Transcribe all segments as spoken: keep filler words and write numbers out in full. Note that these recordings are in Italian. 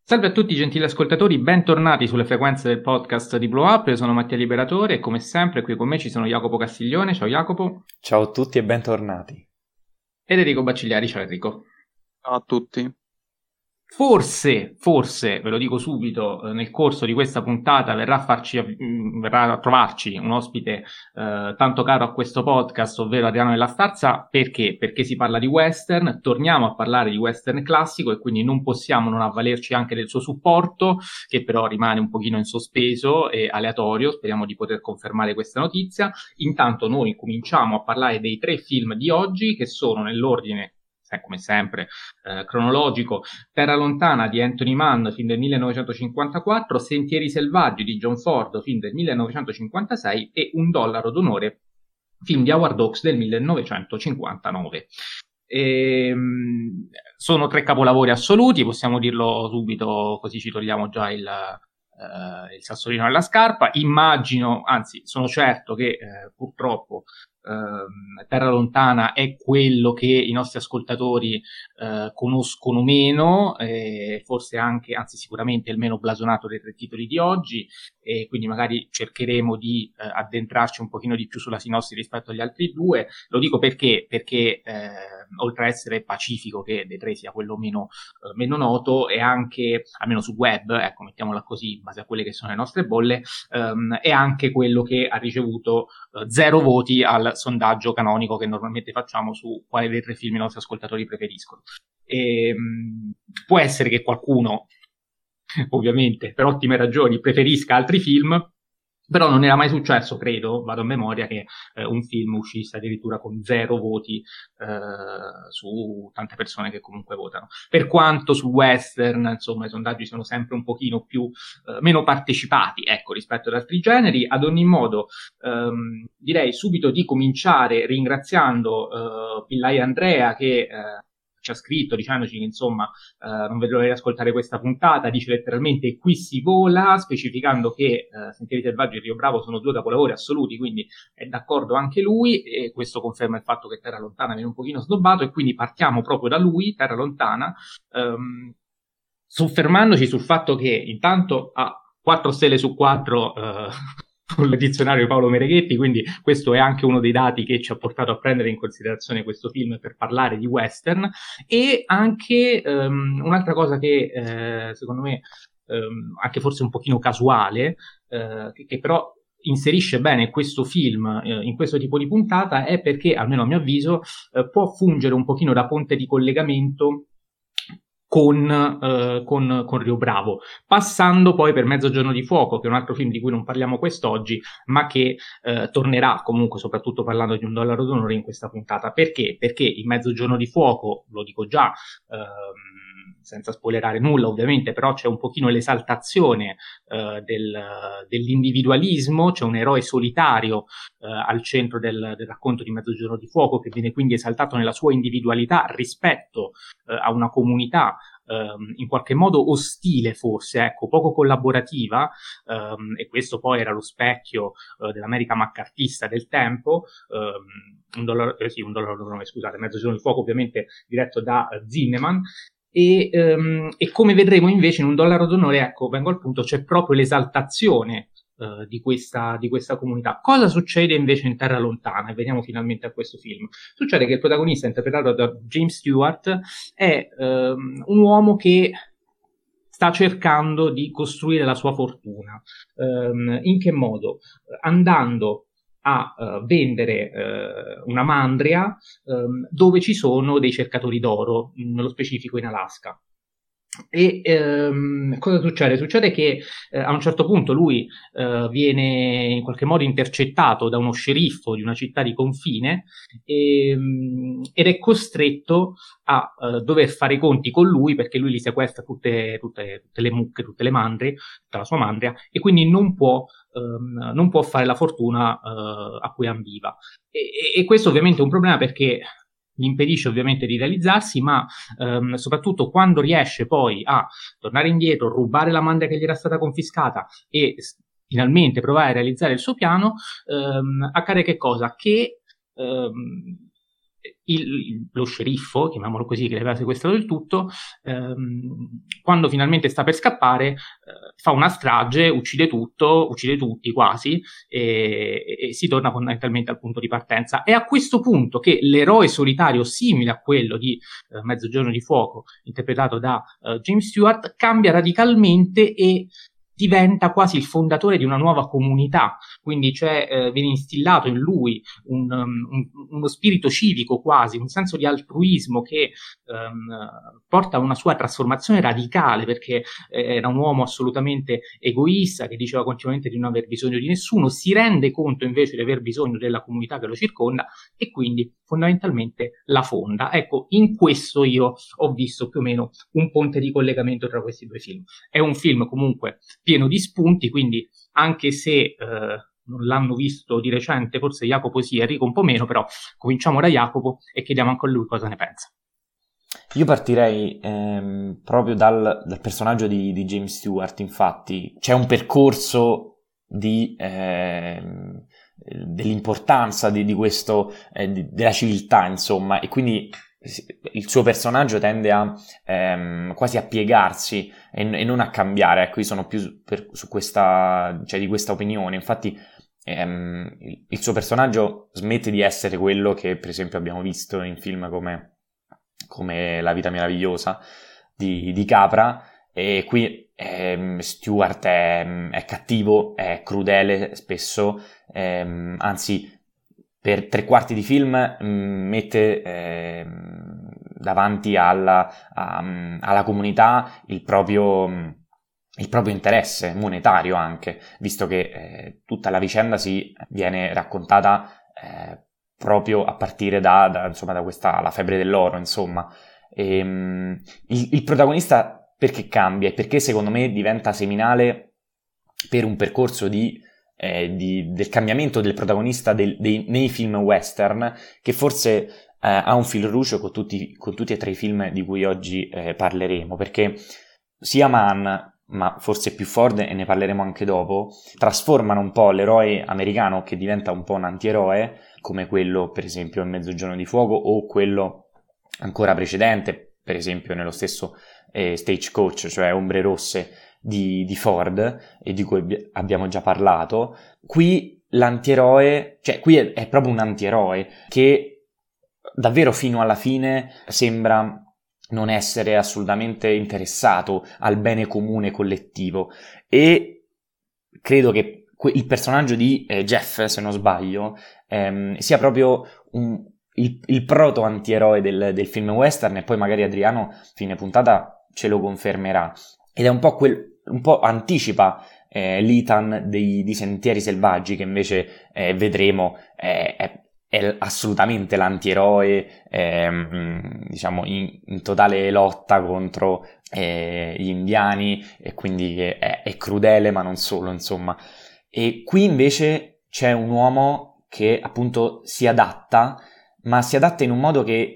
Salve a tutti gentili ascoltatori, bentornati sulle frequenze del podcast di Blow Up. Io sono Mattia Liberatore e come sempre qui con me ci sono Jacopo Castiglione. Ciao Jacopo. Ciao a tutti e bentornati. Ed Enrico Baccigliari. Ciao Enrico. Ciao a tutti. Forse, forse, ve lo dico subito, eh, nel corso di questa puntata verrà a, farci, mh, verrà a trovarci un ospite eh, tanto caro a questo podcast, ovvero Adriano Della Starza. Perché? Perché si parla di western, torniamo a parlare di western classico e quindi non possiamo non avvalerci anche del suo supporto, che però rimane un pochino in sospeso e aleatorio. Speriamo di poter confermare questa notizia. Intanto noi cominciamo a parlare dei tre film di oggi, che sono nell'ordine, come sempre, eh, cronologico: Terra lontana di Anthony Mann, film del millenovecentocinquantaquattro, Sentieri selvaggi di John Ford, film del millenovecentocinquantasei, e Un dollaro d'onore, film di Howard Hawks del millenovecentocinquantanove. E, mh, sono tre capolavori assoluti, possiamo dirlo subito, così ci togliamo già il, uh, il sassolino alla scarpa. Immagino, anzi sono certo che eh, purtroppo Uh, Terra lontana è quello che i nostri ascoltatori uh, conoscono meno, e forse anche, anzi sicuramente il meno blasonato dei tre titoli di oggi, e quindi magari cercheremo di uh, addentrarci un pochino di più sulla sinossi rispetto agli altri due. Lo dico perché, perché eh, oltre a essere pacifico che dei tre sia quello meno, uh, meno noto, è anche, almeno sul web, ecco, mettiamola così, in base a quelle che sono le nostre bolle, um, è anche quello che ha ricevuto uh, zero voti al sondaggio canonico che normalmente facciamo su quale dei tre film i nostri ascoltatori preferiscono. E, mh, può essere che qualcuno, ovviamente per ottime ragioni, preferisca altri film, però non era mai successo, credo, vado a memoria, che eh, un film uscisse addirittura con zero voti eh, su tante persone che comunque votano. Per quanto su western, insomma, i sondaggi sono sempre un pochino più eh, meno partecipati, ecco, rispetto ad altri generi. Ad ogni modo, ehm, direi subito di cominciare ringraziando eh, Pillai Andrea, che eh, ci ha scritto dicendoci che insomma eh, non vedo l'ora di ascoltare questa puntata. Dice letteralmente: qui si vola, specificando che eh, Sentieri selvaggi e Rio Bravo sono due capolavori assoluti, quindi è d'accordo anche lui, e questo conferma il fatto che Terra lontana viene un pochino snobbato, e quindi partiamo proprio da lui. Terra lontana, ehm, soffermandoci sul fatto che intanto ha quattro stelle su quattro eh, sul dizionario di Paolo Mereghetti, quindi questo è anche uno dei dati che ci ha portato a prendere in considerazione questo film per parlare di western. E anche um, un'altra cosa che eh, secondo me um, anche forse un pochino casuale, eh, che, che però inserisce bene questo film eh, in questo tipo di puntata, è perché, almeno a mio avviso, eh, può fungere un pochino da ponte di collegamento Con, eh, con, con Rio Bravo, passando poi per Mezzogiorno di fuoco, che è un altro film di cui non parliamo quest'oggi, ma che eh, tornerà comunque, soprattutto parlando di Un dollaro d'onore, in questa puntata. Perché? Perché in Mezzogiorno di fuoco, lo dico già, ehm, senza spoilerare nulla ovviamente, però c'è un pochino l'esaltazione eh, del, dell'individualismo. C'è un eroe solitario eh, al centro del, del racconto di Mezzogiorno di fuoco, che viene quindi esaltato nella sua individualità rispetto eh, a una comunità Um, in qualche modo ostile, forse, ecco, poco collaborativa, um, e questo poi era lo specchio uh, dell'America maccartista del tempo. Um, un dollaro, eh, sì, un dollaro, no, scusate, Mezzogiorno di fuoco, ovviamente diretto da uh, Zinnemann. E, um, e come vedremo invece in Un dollaro d'onore, ecco, vengo al punto, c'è proprio l'esaltazione Uh, di, questa, di questa comunità. Cosa succede invece in Terra lontana? E veniamo finalmente a questo film. Succede che il protagonista, interpretato da James Stewart, è um, un uomo che sta cercando di costruire la sua fortuna. Um, in che modo? Andando a uh, vendere uh, una mandria um, dove ci sono dei cercatori d'oro, nello specifico in Alaska. E ehm, cosa succede? Succede che eh, a un certo punto lui eh, viene in qualche modo intercettato da uno sceriffo di una città di confine, e, ed è costretto a eh, dover fare i conti con lui, perché lui gli sequestra tutte, tutte, tutte le mucche, tutte le mandrie, tutta la sua mandria, e quindi non può, ehm, non può fare la fortuna eh, a cui ambiva. E, e questo ovviamente è un problema, perché gli impedisce ovviamente di realizzarsi, ma ehm, soprattutto quando riesce poi a tornare indietro, rubare la mandria che gli era stata confiscata e finalmente provare a realizzare il suo piano, ehm, accade che cosa? Che ehm, il, lo sceriffo, chiamiamolo così, che le aveva sequestrato il tutto, ehm, quando finalmente sta per scappare, eh, fa una strage, uccide tutto, uccide tutti quasi, e, e si torna fondamentalmente al punto di partenza. È a questo punto che l'eroe solitario, simile a quello di eh, Mezzogiorno di Fuoco, interpretato da eh, James Stewart, cambia radicalmente e diventa quasi il fondatore di una nuova comunità, quindi c'è, eh, viene instillato in lui un, um, un, uno spirito civico quasi, un senso di altruismo che um, porta a una sua trasformazione radicale, perché eh, era un uomo assolutamente egoista, che diceva continuamente di non aver bisogno di nessuno, si rende conto invece di aver bisogno della comunità che lo circonda e quindi fondamentalmente la fonda. Ecco, in questo io ho visto più o meno un ponte di collegamento tra questi due film. È un film comunque pieno di spunti, quindi anche se eh, non l'hanno visto di recente, forse Jacopo sì, Enrico un po' meno, però cominciamo da Jacopo e chiediamo anche a lui cosa ne pensa. Io partirei ehm, proprio dal, dal personaggio di, di James Stewart. Infatti c'è un percorso di, ehm, dell'importanza di, di questo, eh, di, della civiltà, insomma, e quindi il suo personaggio tende a ehm, quasi a piegarsi e, e non a cambiare. Ecco, io sono più per, su questa, cioè di questa opinione. Infatti ehm, il, il suo personaggio smette di essere quello che per esempio abbiamo visto in film come, come La vita meravigliosa di, di Capra, e qui ehm, Stewart è, è cattivo, è crudele spesso, ehm, anzi per tre quarti di film mh, mette eh, davanti alla, a, alla comunità il proprio, il proprio interesse monetario anche, visto che eh, tutta la vicenda si viene raccontata eh, proprio a partire da, da, insomma, da questa, la febbre dell'oro, insomma. E, mh, il, il protagonista perché cambia e perché secondo me diventa seminale per un percorso di Eh, di, del cambiamento del protagonista del, dei, nei film western, che forse eh, ha un fil rouge con tutti, con tutti e tre i film di cui oggi eh, parleremo, perché sia Mann, ma forse più Ford, e ne parleremo anche dopo, trasformano un po' l'eroe americano, che diventa un po' un antieroe, come quello per esempio in Mezzogiorno di Fuoco o quello ancora precedente, per esempio nello stesso eh, Stagecoach, cioè Ombre Rosse Di, di Ford, e di cui abbiamo già parlato. Qui l'antieroe, cioè qui è, è proprio un antieroe che davvero fino alla fine sembra non essere assolutamente interessato al bene comune collettivo, e credo che il personaggio di eh, Jeff, se non sbaglio, ehm, sia proprio un, il, il proto antieroe del, del film western, e poi magari Adriano fine puntata ce lo confermerà. Ed è un po' quel, un po' anticipa eh, l'Ethan dei, di Sentieri Selvaggi, che invece eh, vedremo eh, è, è assolutamente l'antieroe, eh, diciamo in, in totale lotta contro eh, gli indiani, e quindi è, è crudele, ma non solo, insomma. E qui invece c'è un uomo che appunto si adatta, ma si adatta in un modo che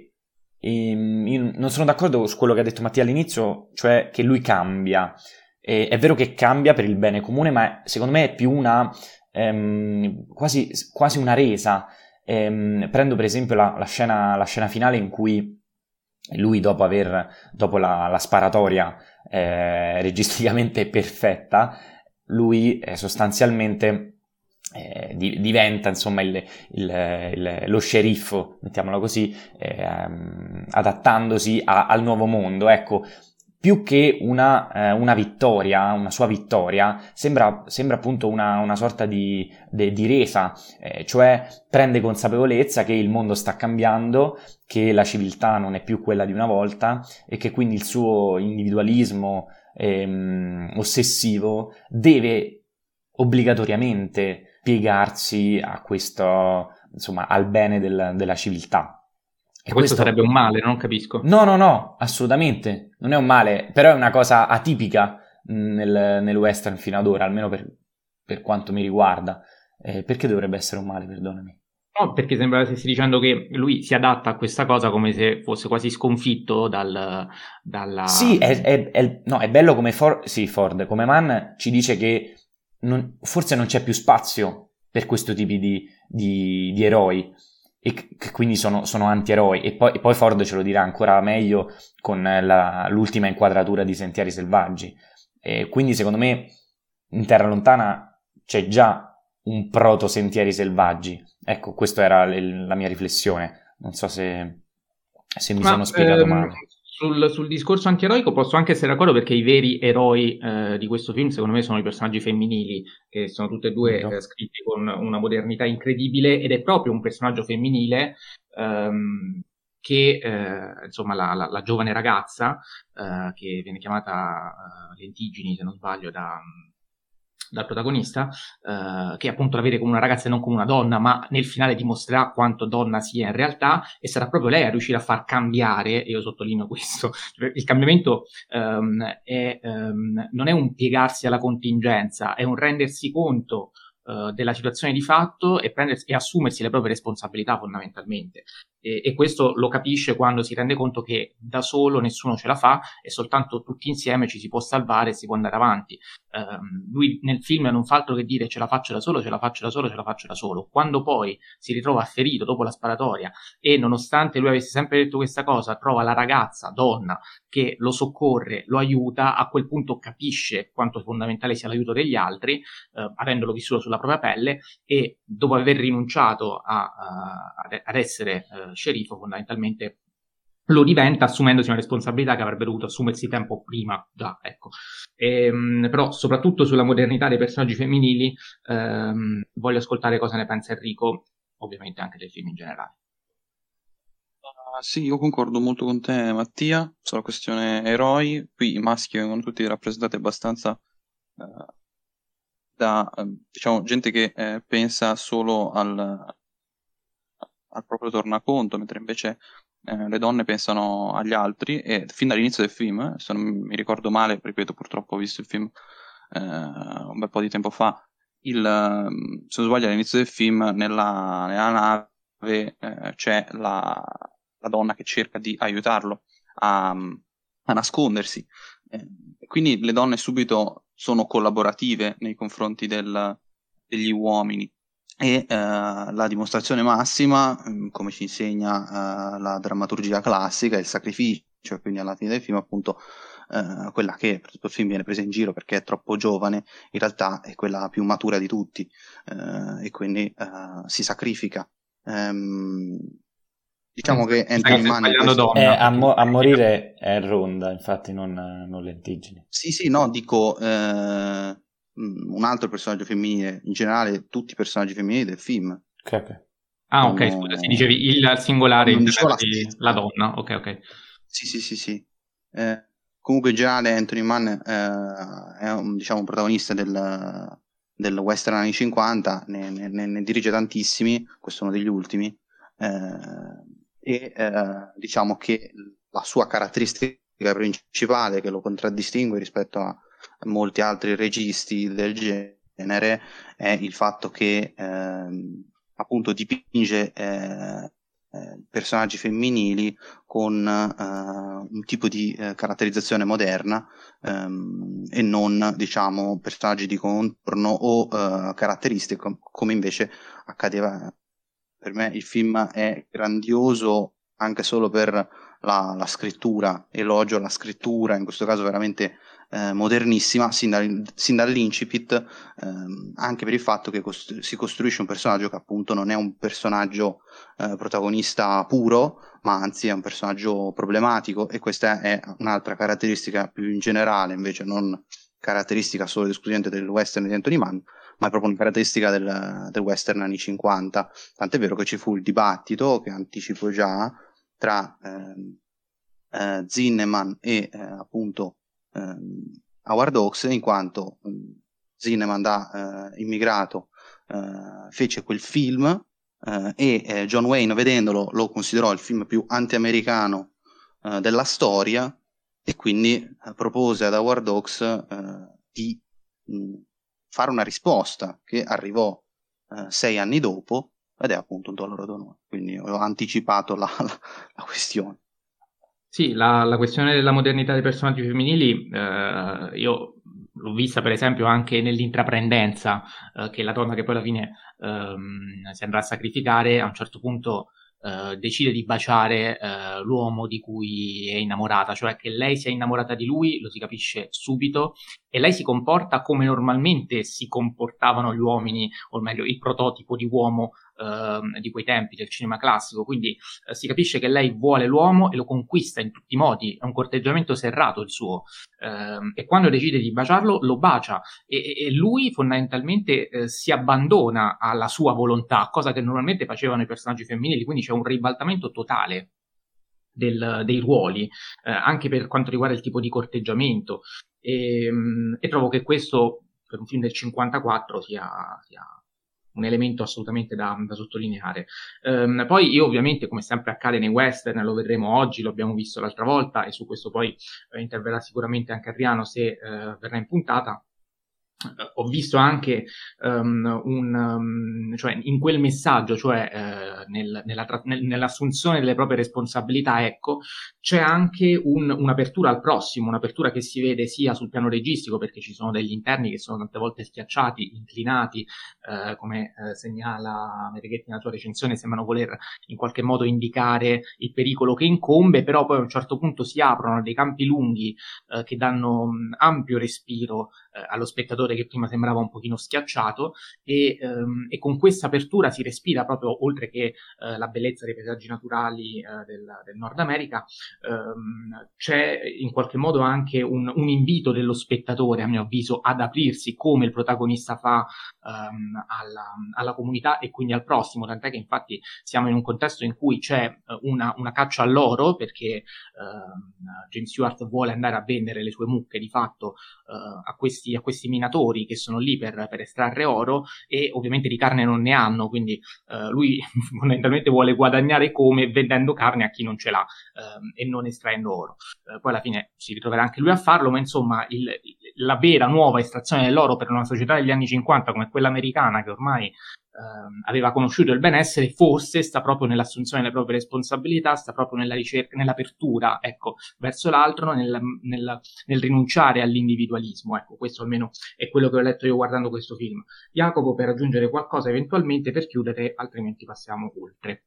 io non sono d'accordo su quello che ha detto Mattia all'inizio, cioè che lui cambia. E è vero che cambia per il bene comune, ma secondo me è più una ehm, quasi, quasi una resa. Ehm, prendo per esempio la, la, scena, la scena finale in cui lui, dopo aver dopo la, la sparatoria eh, registicamente perfetta, lui eh, sostanzialmente Eh, di, diventa insomma il, il, il, lo sceriffo, mettiamolo così, eh, adattandosi a, al nuovo mondo. Ecco, più che una, eh, una vittoria, una sua vittoria, sembra, sembra appunto una, una sorta di, de, di resa, eh, cioè prende consapevolezza che il mondo sta cambiando, che la civiltà non è più quella di una volta, e che quindi il suo individualismo ehm, ossessivo deve obbligatoriamente piegarsi a questo, insomma, al bene del, della civiltà. E questo, questo sarebbe un male, non capisco. No, no, no, assolutamente. Non è un male, però è una cosa atipica nel, nel western fino ad ora, almeno per, per quanto mi riguarda. Eh, perché dovrebbe essere un male, perdonami? No, perché sembra che stessi dicendo che lui si adatta a questa cosa come se fosse quasi sconfitto dal, dalla... Sì, è, è, è, no, è bello come For- sì, Ford, come Mann ci dice che Non, forse non c'è più spazio per questo tipo di, di, di eroi, e che quindi sono, sono antieroi, e poi, e poi Ford ce lo dirà ancora meglio con la, l'ultima inquadratura di Sentieri Selvaggi. E quindi secondo me in Terra Lontana c'è già un proto Sentieri Selvaggi. Ecco, questa era le, la mia riflessione, non so se, se mi Ma, sono spiegato ehm, male. Sul, sul discorso antieroico posso anche essere d'accordo, perché i veri eroi eh, di questo film secondo me sono i personaggi femminili, che sono tutti e due eh, scritti con una modernità incredibile, ed è proprio un personaggio femminile ehm, che eh, insomma la, la, la giovane ragazza eh, che viene chiamata eh, Lentigini, se non sbaglio, da, dal protagonista, eh, che appunto la vede come una ragazza e non come una donna, ma nel finale dimostrerà quanto donna sia in realtà, e sarà proprio lei a riuscire a far cambiare, e io sottolineo questo, il cambiamento ehm, è, ehm, non è un piegarsi alla contingenza, è un rendersi conto eh, della situazione di fatto e, prendersi, e assumersi le proprie responsabilità fondamentalmente. E, e questo lo capisce quando si rende conto che da solo nessuno ce la fa e soltanto tutti insieme ci si può salvare e si può andare avanti. Um, lui nel film non fa altro che dire ce la faccio da solo, ce la faccio da solo, ce la faccio da solo. Quando poi si ritrova ferito dopo la sparatoria e nonostante lui avesse sempre detto questa cosa, trova la ragazza, donna, che lo soccorre, lo aiuta, a quel punto capisce quanto fondamentale sia l'aiuto degli altri, eh, avendolo vissuto sulla propria pelle, e dopo aver rinunciato a, a, ad essere eh, sceriffo, fondamentalmente lo diventa assumendosi una responsabilità che avrebbe dovuto assumersi tempo prima già, ecco. Ehm, però soprattutto sulla modernità dei personaggi femminili ehm, voglio ascoltare cosa ne pensa Enrico, ovviamente anche del film in generale. Uh, sì, io concordo molto con te, Mattia, sulla questione eroi. Qui i maschi vengono tutti rappresentati abbastanza uh, da, uh, diciamo, gente che eh, pensa solo al, al proprio tornaconto, mentre invece eh, le donne pensano agli altri, e fin dall'inizio del film, eh, se non mi ricordo male, ripeto, purtroppo ho visto il film eh, un bel po' di tempo fa, il, se non sbaglio all'inizio del film nella, nella nave eh, c'è la, la donna che cerca di aiutarlo a, a nascondersi, eh, quindi le donne subito sono collaborative nei confronti del, degli uomini. E eh, la dimostrazione massima, mh, come ci insegna eh, la drammaturgia classica, è il sacrificio, quindi alla fine del film appunto eh, quella che per tutto il film viene presa in giro perché è troppo giovane, in realtà è quella più matura di tutti eh, e quindi eh, si sacrifica. Ehm, diciamo che Anthony Mann in questo... eh, a, mo- a morire è Ronda, infatti non, non Lentigini. Sì, sì, no, dico... Eh... un altro personaggio femminile, in generale tutti i personaggi femminili del film. Okay, okay. Ah, ok, sono... scusa, si dicevi il singolare, non dicevo la, di... la donna, ok, ok. Sì, sì, sì, sì. Eh, comunque in generale Anthony Mann eh, è un, diciamo, un protagonista del, del western anni cinquanta, ne, ne, ne dirige tantissimi, questo è uno degli ultimi, eh, e eh, diciamo che la sua caratteristica principale che lo contraddistingue rispetto a molti altri registi del genere è il fatto che eh, appunto dipinge eh, eh, personaggi femminili con eh, un tipo di eh, caratterizzazione moderna ehm, e non diciamo personaggi di contorno o eh, caratteristiche com- come invece accadeva. Per me il film è grandioso anche solo per la, la scrittura, elogio la scrittura, in questo caso veramente eh, modernissima, sin, dal, sin dall'incipit, ehm, anche per il fatto che costru- si costruisce un personaggio che appunto non è un personaggio eh, protagonista puro, ma anzi è un personaggio problematico, e questa è un'altra caratteristica più in generale, invece non caratteristica solo ed esclusivamente del western di Anthony Mann, ma è proprio una caratteristica del, del western anni cinquanta, tant'è vero che ci fu il dibattito, che anticipo già, tra eh, eh, Zinnemann e eh, appunto eh, Howard Hawks, in quanto eh, Zinnemann da eh, immigrato eh, fece quel film eh, e eh, John Wayne, vedendolo, lo considerò il film più anti-americano eh, della storia, e quindi eh, propose ad Howard Hawks eh, di mh, fare una risposta che arrivò eh, sei anni dopo, ed è appunto Un dollaro d'onore, quindi ho anticipato la, la, la questione. Sì, la, la questione della modernità dei personaggi femminili, eh, io l'ho vista per esempio anche nell'intraprendenza, eh, che la donna che poi alla fine ehm, si andrà a sacrificare a un certo punto Uh, decide di baciare uh, l'uomo di cui è innamorata, cioè che lei sia innamorata di lui, lo si capisce subito, e lei si comporta come normalmente si comportavano gli uomini, o meglio il prototipo di uomo uh, di quei tempi del cinema classico, quindi uh, si capisce che lei vuole l'uomo e lo conquista in tutti i modi, è un corteggiamento serrato il suo, uh, e quando decide di baciarlo lo bacia, e, e lui fondamentalmente uh, si abbandona alla sua volontà, cosa che normalmente facevano i personaggi femminili, quindi c'è un ribaltamento totale del, dei ruoli, eh, anche per quanto riguarda il tipo di corteggiamento, e, e trovo che questo per un film del cinquantaquattro sia, sia un elemento assolutamente da, da sottolineare. Um, poi io ovviamente, come sempre accade nei western, lo vedremo oggi, lo abbiamo visto l'altra volta, e su questo poi eh, interverrà sicuramente anche Adriano se eh, verrà in puntata. Ho visto anche um, un, um, cioè in quel messaggio, cioè uh, nel, nella tra- nel, nell'assunzione delle proprie responsabilità, ecco, c'è anche un, un'apertura al prossimo, un'apertura che si vede sia sul piano registico, perché ci sono degli interni che sono tante volte schiacciati, inclinati, uh, come uh, segnala Mereghetti nella sua recensione, sembrano voler in qualche modo indicare il pericolo che incombe, però poi a un certo punto si aprono dei campi lunghi uh, che danno um, ampio respiro uh, allo spettatore, che prima sembrava un pochino schiacciato, e, um, e con questa apertura si respira proprio, oltre che uh, la bellezza dei paesaggi naturali uh, del, del Nord America, um, c'è in qualche modo anche un, un invito dello spettatore, a mio avviso, ad aprirsi come il protagonista fa um, alla, alla comunità e quindi al prossimo, tant'è che infatti siamo in un contesto in cui c'è una, una caccia all'oro, perché uh, James Stewart vuole andare a vendere le sue mucche di fatto uh, a questi, a questi minatori che sono lì per, per estrarre oro, e ovviamente di carne non ne hanno, quindi uh, lui fondamentalmente vuole guadagnare come vendendo carne a chi non ce l'ha uh, e non estraendo oro. Uh, poi alla fine si ritroverà anche lui a farlo, ma insomma il, la vera nuova estrazione dell'oro per una società degli anni cinquanta come quella americana, che ormai Uh, aveva conosciuto il benessere, forse sta proprio nell'assunzione delle proprie responsabilità, sta proprio nella ricerca, nell'apertura, ecco, verso l'altro, nel, nel, nel rinunciare all'individualismo. Ecco, questo almeno è quello che ho letto io guardando questo film. Jacopo, per aggiungere qualcosa eventualmente per chiudere, altrimenti passiamo oltre.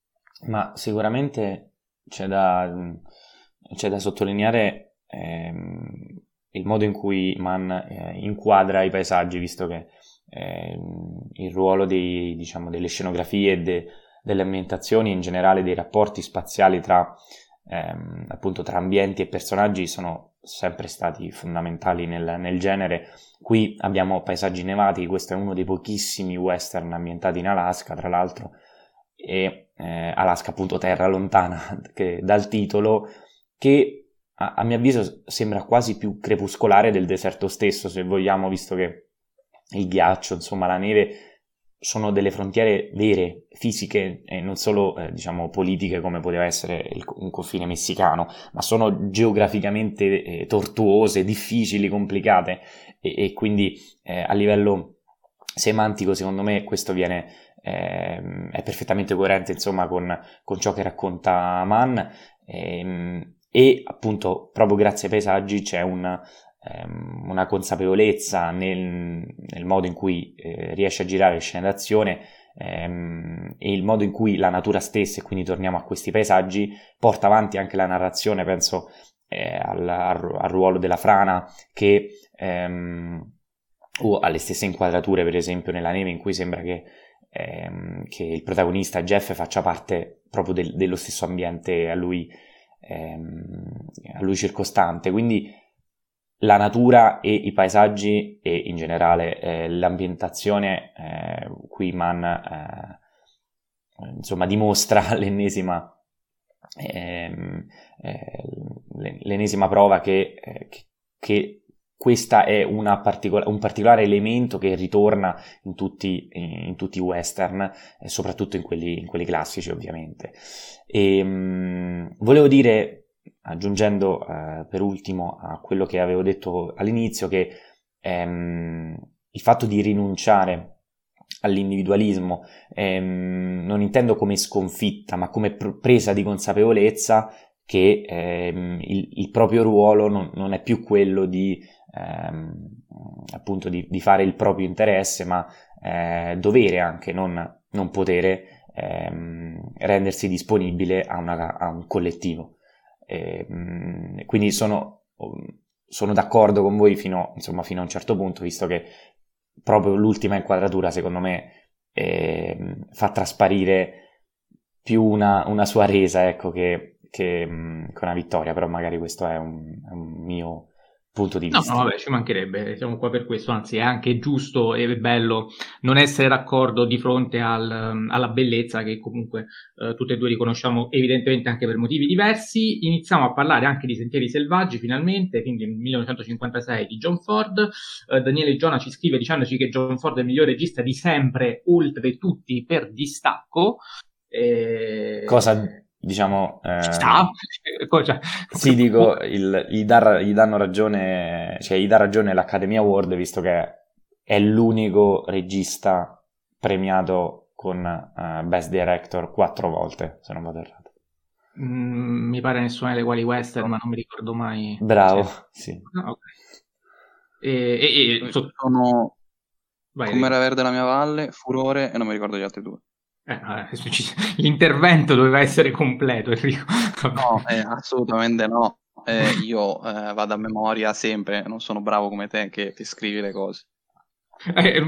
Ma sicuramente c'è da, c'è da sottolineare ehm, il modo in cui Mann eh, inquadra i paesaggi, visto che Eh, il ruolo dei, diciamo, delle scenografie e de, delle ambientazioni, in generale dei rapporti spaziali tra, ehm, appunto, tra ambienti e personaggi, sono sempre stati fondamentali nel, nel genere. Qui abbiamo paesaggi nevati, questo è uno dei pochissimi western ambientati in Alaska, tra l'altro, e eh, Alaska, appunto, terra lontana che, dal titolo, che a, a mio avviso sembra quasi più crepuscolare del deserto stesso, se vogliamo, visto che il ghiaccio, insomma la neve, sono delle frontiere vere, fisiche, e non solo eh, diciamo politiche come poteva essere il, un confine messicano, ma sono geograficamente eh, tortuose, difficili, complicate, e, e quindi eh, a livello semantico secondo me questo viene eh, è perfettamente coerente, insomma, con, con ciò che racconta Mann, e, e appunto proprio grazie ai paesaggi c'è un una consapevolezza nel, nel modo in cui eh, riesce a girare le scene d'azione, ehm, e il modo in cui la natura stessa, e quindi torniamo a questi paesaggi, porta avanti anche la narrazione. Penso eh, al, al, al ruolo della frana, che ehm, o alle stesse inquadrature, per esempio nella neve, in cui sembra che, ehm, che il protagonista Jeff faccia parte proprio del, dello stesso ambiente a lui, ehm, a lui circostante. Quindi la natura e i paesaggi e in generale eh, l'ambientazione, eh, qui Mann eh, insomma dimostra l'ennesima eh, eh, l'ennesima prova che, eh, che questa è una particola- un particolare elemento che ritorna in tutti, in tutti i western, e soprattutto in quelli, in quelli classici, ovviamente. E, mh, volevo dire, aggiungendo eh, per ultimo a quello che avevo detto all'inizio, che ehm, il fatto di rinunciare all'individualismo ehm, non intendo come sconfitta, ma come pr- presa di consapevolezza che ehm, il, il proprio ruolo non, non è più quello di, ehm, appunto di, di fare il proprio interesse, ma eh, dovere anche, non, non potere ehm, rendersi disponibile a, una, a un collettivo. E, mh, quindi sono, sono d'accordo con voi fino, insomma, fino a un certo punto, visto che proprio l'ultima inquadratura secondo me eh, fa trasparire più una, una sua resa, ecco, che, che, mh, che una vittoria, però magari questo è un, è un mio punto di vista. No, no, vabbè, ci mancherebbe, siamo qua per questo, anzi è anche giusto e bello non essere d'accordo di fronte al, alla bellezza che comunque eh, tutte e due riconosciamo evidentemente anche per motivi diversi. Iniziamo a parlare anche di Sentieri Selvaggi finalmente, quindi nel millenovecentocinquantasei di John Ford. Eh, Daniele Giona ci scrive dicendoci che John Ford è il miglior regista di sempre, oltre tutti per distacco. E... Cosa... diciamo eh, sta cioè, sì dico il, gli, dar, gli danno ragione, cioè gli dà ragione l'Academy Award, visto che è l'unico regista premiato con uh, Best Director quattro volte, se non vado errato. Mm, mi pare nessuna delle quali western, ma non mi ricordo mai. Bravo, cioè, sì. no, okay. e, e, e so... sono Vai, Come vai. era Verde la mia valle, Furore e non mi ricordo gli altri due. Eh, l'intervento doveva essere completo, Enrico. No, eh, assolutamente no. Eh, io eh, vado a memoria sempre, non sono bravo come te che ti scrivi le cose. E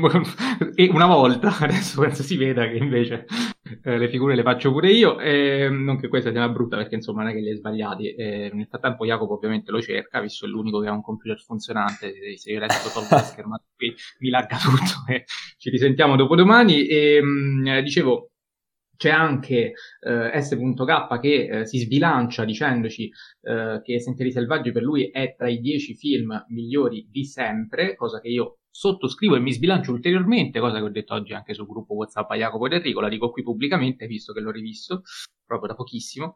una volta, adesso penso si veda che invece eh, le figure le faccio pure io, eh, non che questa sia una brutta, perché insomma non è che li hai sbagliati. Eh, nel frattempo Jacopo ovviamente lo cerca, visto è l'unico che ha un computer funzionante. Se io resto tolgo la schermata qui mi lagga tutto e ci risentiamo dopodomani. E mh, dicevo, c'è anche eh, S K che eh, si sbilancia dicendoci eh, che Sentieri Selvaggi per lui è tra i dieci film migliori di sempre, cosa che io sottoscrivo e mi sbilancio ulteriormente, cosa che ho detto oggi anche sul gruppo WhatsApp a Jacopo ed Enrico, la dico qui pubblicamente visto che l'ho rivisto proprio da pochissimo,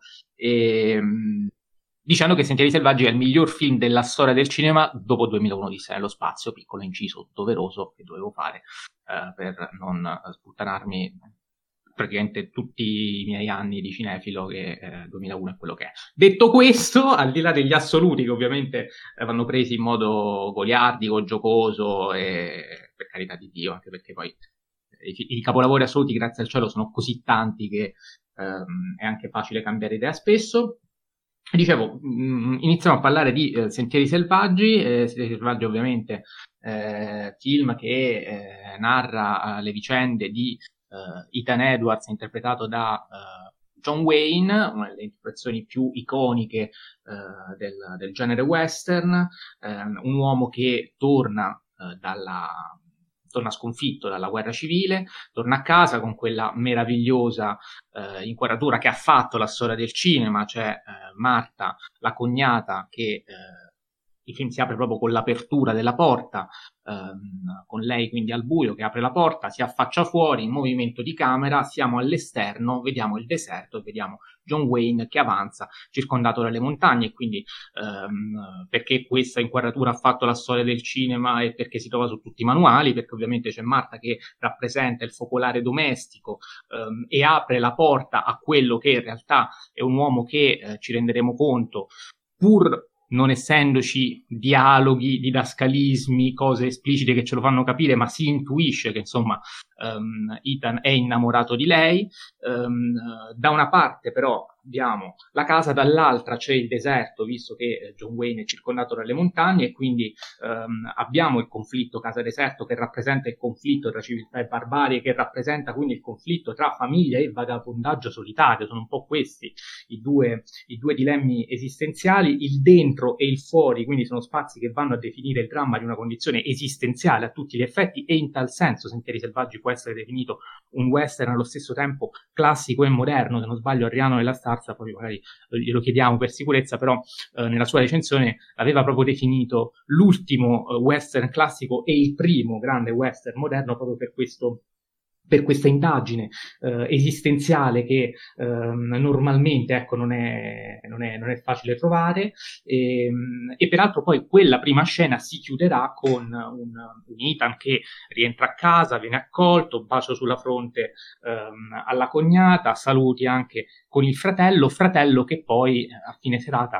e, mh, dicendo che Sentieri Selvaggi è il miglior film della storia del cinema dopo duemilauno Odissea nello spazio, piccolo inciso doveroso che dovevo fare eh, per non sputtanarmi praticamente tutti i miei anni di cinefilo, che eh, duemilauno è quello che è. Detto questo, al di là degli assoluti che ovviamente eh, vanno presi in modo goliardico, giocoso e per carità di Dio, anche perché poi eh, i, i capolavori assoluti grazie al cielo sono così tanti che ehm, è anche facile cambiare idea spesso. Dicevo, mh, iniziamo a parlare di eh, Sentieri Selvaggi, eh, Sentieri Selvaggi ovviamente eh, film che eh, narra eh, le vicende di Uh, Ethan Edwards, interpretato da uh, John Wayne, una delle interpretazioni più iconiche uh, del, del genere western, uh, un uomo che torna uh, dalla torna sconfitto dalla guerra civile, torna a casa con quella meravigliosa uh, inquadratura che ha fatto la storia del cinema, cioè uh, Marta, la cognata, che uh, il film si apre proprio con l'apertura della porta, ehm, con lei quindi al buio che apre la porta, si affaccia fuori, in movimento di camera, siamo all'esterno, vediamo il deserto e vediamo John Wayne che avanza circondato dalle montagne, e quindi ehm, perché questa inquadratura ha fatto la storia del cinema e perché si trova su tutti i manuali, perché ovviamente c'è Marta che rappresenta il focolare domestico ehm, e apre la porta a quello che in realtà è un uomo che eh, ci renderemo conto, pur non essendoci dialoghi, didascalismi, cose esplicite che ce lo fanno capire, ma si intuisce che insomma um, Ethan è innamorato di lei. Um, da una parte però abbiamo la casa, dall'altra c'è il deserto, visto che John Wayne è circondato dalle montagne, e quindi um, abbiamo il conflitto casa-deserto che rappresenta il conflitto tra civiltà e barbarie, che rappresenta quindi il conflitto tra famiglia e vagabondaggio solitario. Sono un po' questi i due, i due dilemmi esistenziali, il dentro e il fuori, quindi sono spazi che vanno a definire il dramma di una condizione esistenziale a tutti gli effetti, e in tal senso Sentieri Selvaggi può essere definito un western allo stesso tempo classico e moderno. Se non sbaglio Adriano della Starza, poi magari glielo chiediamo per sicurezza, però eh, nella sua recensione aveva proprio definito l'ultimo eh, western classico e il primo grande western moderno, proprio per questo per questa indagine eh, esistenziale che eh, normalmente ecco non è, non è, non è facile trovare, e, e peraltro poi quella prima scena si chiuderà con un, un Ethan che rientra a casa, viene accolto, bacio sulla fronte ehm, alla cognata, saluti anche con il fratello, fratello che poi a fine serata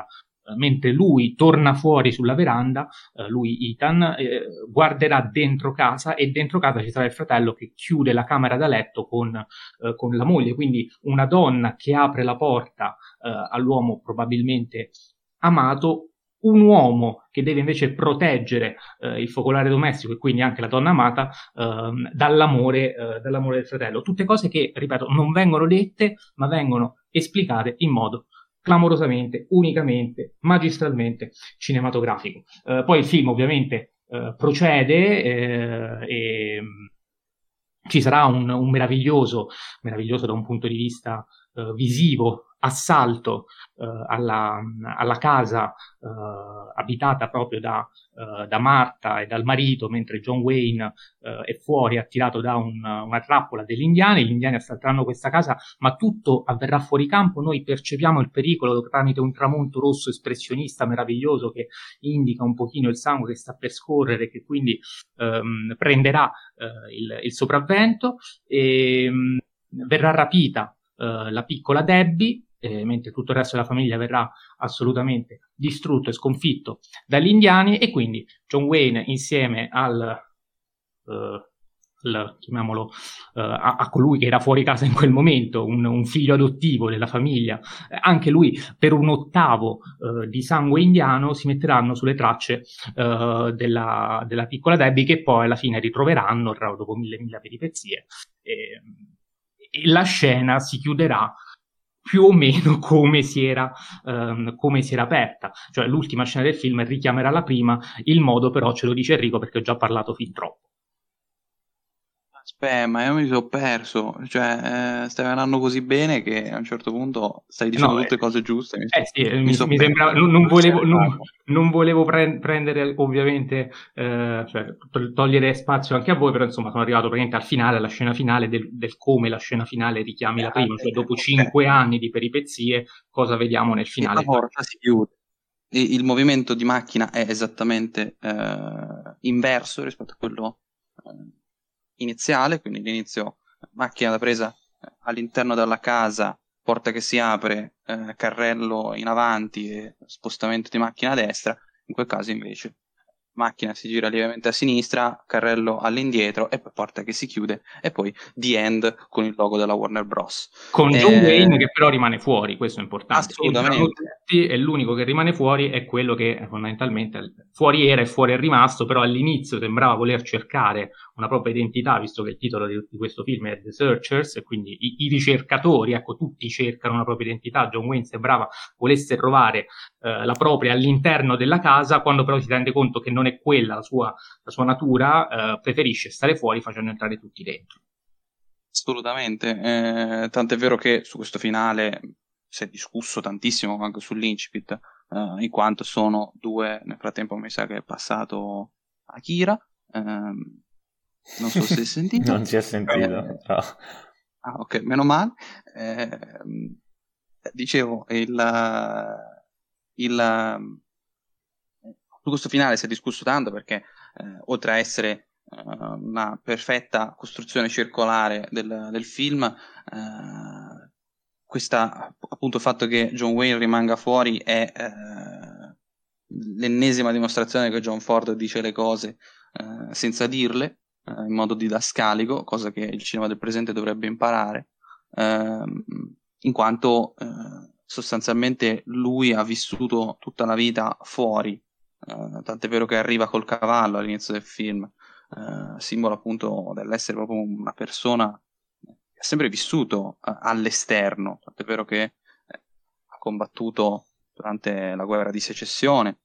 mentre lui torna fuori sulla veranda, eh, lui Ethan, eh, guarderà dentro casa e dentro casa ci sarà il fratello che chiude la camera da letto con, eh, con la moglie, quindi una donna che apre la porta eh, all'uomo probabilmente amato, un uomo che deve invece proteggere eh, il focolare domestico e quindi anche la donna amata eh, dall'amore, eh, dall'amore del fratello. Tutte cose che, ripeto, non vengono dette ma vengono esplicate in modo clamorosamente, unicamente, magistralmente cinematografico. Eh, poi il film ovviamente eh, procede eh, e ci sarà un, un meraviglioso, meraviglioso da un punto di vista eh, visivo, assalto eh, alla, alla casa eh, abitata proprio da, eh, da Martha e dal marito, mentre John Wayne eh, è fuori attirato da un, una trappola degli indiani. Gli indiani assalteranno questa casa, ma tutto avverrà fuori campo. Noi percepiamo il pericolo tramite un tramonto rosso espressionista meraviglioso che indica un pochino il sangue che sta per scorrere, che quindi ehm, prenderà eh, il, il sopravvento e mh, verrà rapita eh, la piccola Debbie, eh, mentre tutto il resto della famiglia verrà assolutamente distrutto e sconfitto dagli indiani, e quindi John Wayne insieme al eh, il, chiamiamolo uh, a, a colui che era fuori casa in quel momento, un, un figlio adottivo della famiglia, eh, anche lui per un ottavo uh, di sangue indiano si metteranno sulle tracce uh, della, della piccola Debbie, che poi alla fine ritroveranno dopo mille mila peripezie, e, e la scena si chiuderà più o meno come si era um, come si era aperta, cioè l'ultima scena del film richiamerà la prima, il modo però ce lo dice Enrico perché ho già parlato fin troppo. Aspetta, ma io mi sono perso, cioè eh, stai andando così bene che a un certo punto stai dicendo no, tutte cose giuste. Mi eh so, sì, mi, mi, so mi sembra, non, non volevo, non, perso. non volevo pre- prendere ovviamente, eh, cioè, to- togliere spazio anche a voi, però insomma sono arrivato praticamente al finale, alla scena finale del, del come la scena finale richiami la prima, cioè dopo cinque anni di peripezie, cosa vediamo nel E finale? la porta si chiude. E il movimento di macchina è esattamente eh, inverso rispetto a quello eh, iniziale, quindi l'inizio macchina da presa all'interno della casa, porta che si apre, eh, carrello in avanti e spostamento di macchina a destra. In quel caso invece macchina si gira lievemente a sinistra, carrello all'indietro e poi porta che si chiude e poi The End con il logo della Warner Bros. Con eh, John Wayne che però rimane fuori, questo è importante. Entrano assolutamente. tutti e l'unico che rimane fuori è quello che fondamentalmente fuori era e fuori è rimasto, però all'inizio sembrava voler cercare una propria identità, visto che il titolo di, di questo film è The Searchers, e quindi i, i ricercatori, ecco, tutti cercano una propria identità. John Wayne sembrava volesse trovare eh, la propria all'interno della casa, quando però si rende conto che non è quella la sua, la sua natura, eh, preferisce stare fuori facendo entrare tutti dentro. Assolutamente, eh, tant'è vero che su questo finale si è discusso tantissimo anche sull'Incipit, eh, in quanto sono due, nel frattempo mi sa che è passato Akira, ehm, non so se hai sentito. Non si è sentito, Eh, però. ah, ok, meno male. Eh, dicevo, il, il, su questo finale si è discusso tanto perché eh, oltre a essere una perfetta costruzione circolare del, del film, eh, questa appunto il fatto che John Wayne rimanga fuori è eh, l'ennesima dimostrazione che John Ford dice le cose eh, senza dirle, eh, in modo didascalico, cosa che il cinema del presente dovrebbe imparare, eh, in quanto eh, sostanzialmente lui ha vissuto tutta la vita fuori, eh, tant'è vero che arriva col cavallo all'inizio del film, Uh, simbolo appunto dell'essere proprio una persona che ha sempre vissuto uh, all'esterno, tant'è vero che eh, ha combattuto durante la guerra di secessione,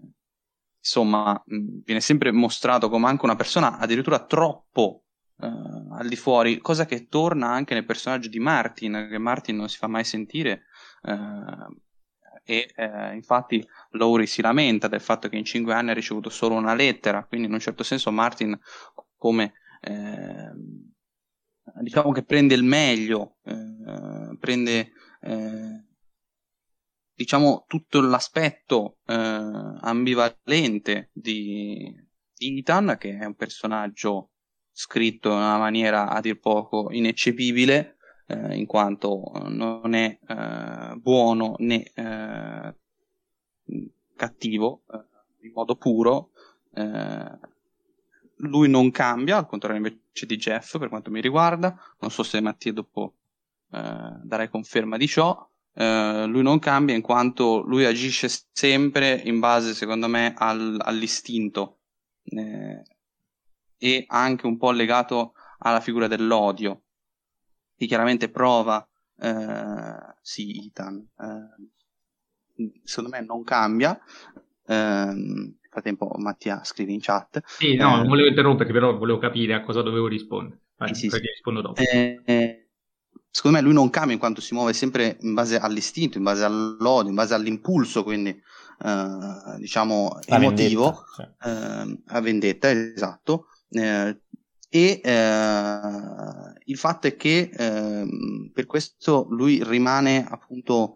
insomma mh, viene sempre mostrato come anche una persona addirittura troppo uh, al di fuori, cosa che torna anche nel personaggio di Martin, che Martin non si fa mai sentire, uh, e eh, infatti Laurie si lamenta del fatto che in cinque anni ha ricevuto solo una lettera, quindi in un certo senso Martin come eh, diciamo che prende il meglio, eh, prende eh, diciamo tutto l'aspetto eh, ambivalente di, di Ethan, che è un personaggio scritto in una maniera a dir poco ineccepibile, Eh, in quanto non è eh, buono né, eh, cattivo, eh, in modo puro. Eh, lui non cambia, al contrario invece di Jeff per quanto mi riguarda. Non so se Mattia dopo eh, darai conferma di ciò. Eh, lui non cambia in quanto lui agisce sempre in base, secondo me, al, all'istinto, eh, e anche un po' legato alla figura dell'odio, che chiaramente prova eh, sì, Ethan. Eh, secondo me non cambia. Eh, nel frattempo Mattia scrive in chat. Sì, no, non Eh, volevo interromperti, però volevo capire a cosa dovevo rispondere. Vai, sì, sì, perché sì. rispondo dopo. Eh, eh, secondo me lui non cambia in quanto si muove sempre in base all'istinto, in base all'odio, in base all'impulso, quindi eh, diciamo La emotivo, vendetta, sì. eh, a vendetta, esatto. Eh, e eh, il fatto è che eh, per questo lui rimane appunto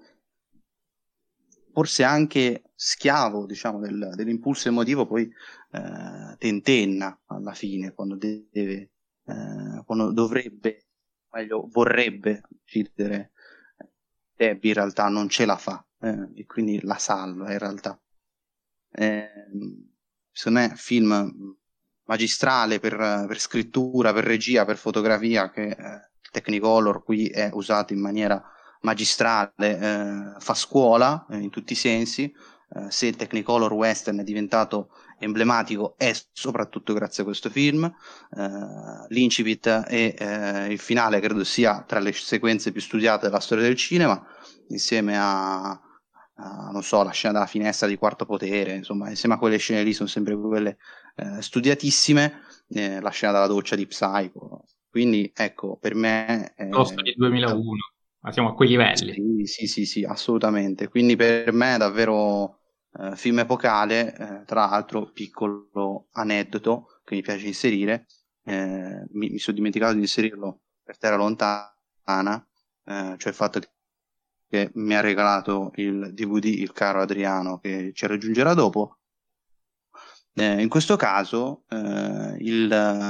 forse anche schiavo, diciamo, del, dell'impulso emotivo, poi eh, tentenna alla fine quando deve, eh, quando dovrebbe, meglio, vorrebbe uccidere Debbie, in realtà non ce la fa, eh, e quindi la salva in realtà. Eh, secondo me film magistrale per, per scrittura, per regia, per fotografia, che eh, Technicolor qui è usato in maniera magistrale, eh, fa scuola eh, in tutti i sensi. Eh, se il Technicolor western è diventato emblematico è soprattutto grazie a questo film. Eh, l'incipit e eh, il finale credo sia tra le sequenze più studiate della storia del cinema, insieme a Uh, non so, la scena della finestra di Quarto Potere, insomma, insieme a quelle scene lì sono sempre quelle eh, studiatissime, eh, la scena della doccia di Psycho. Quindi, ecco, per me... Eh, Costa di duemilauno, ma siamo a quei livelli. Sì, sì, sì, sì, assolutamente. Quindi per me è davvero eh, film epocale, eh, tra l'altro, piccolo aneddoto che mi piace inserire, eh, mi, mi sono dimenticato di inserirlo per Terra Lontana, eh, cioè il fatto che che mi ha regalato il D V D il caro Adriano, che ci raggiungerà dopo. Eh, in questo caso eh, il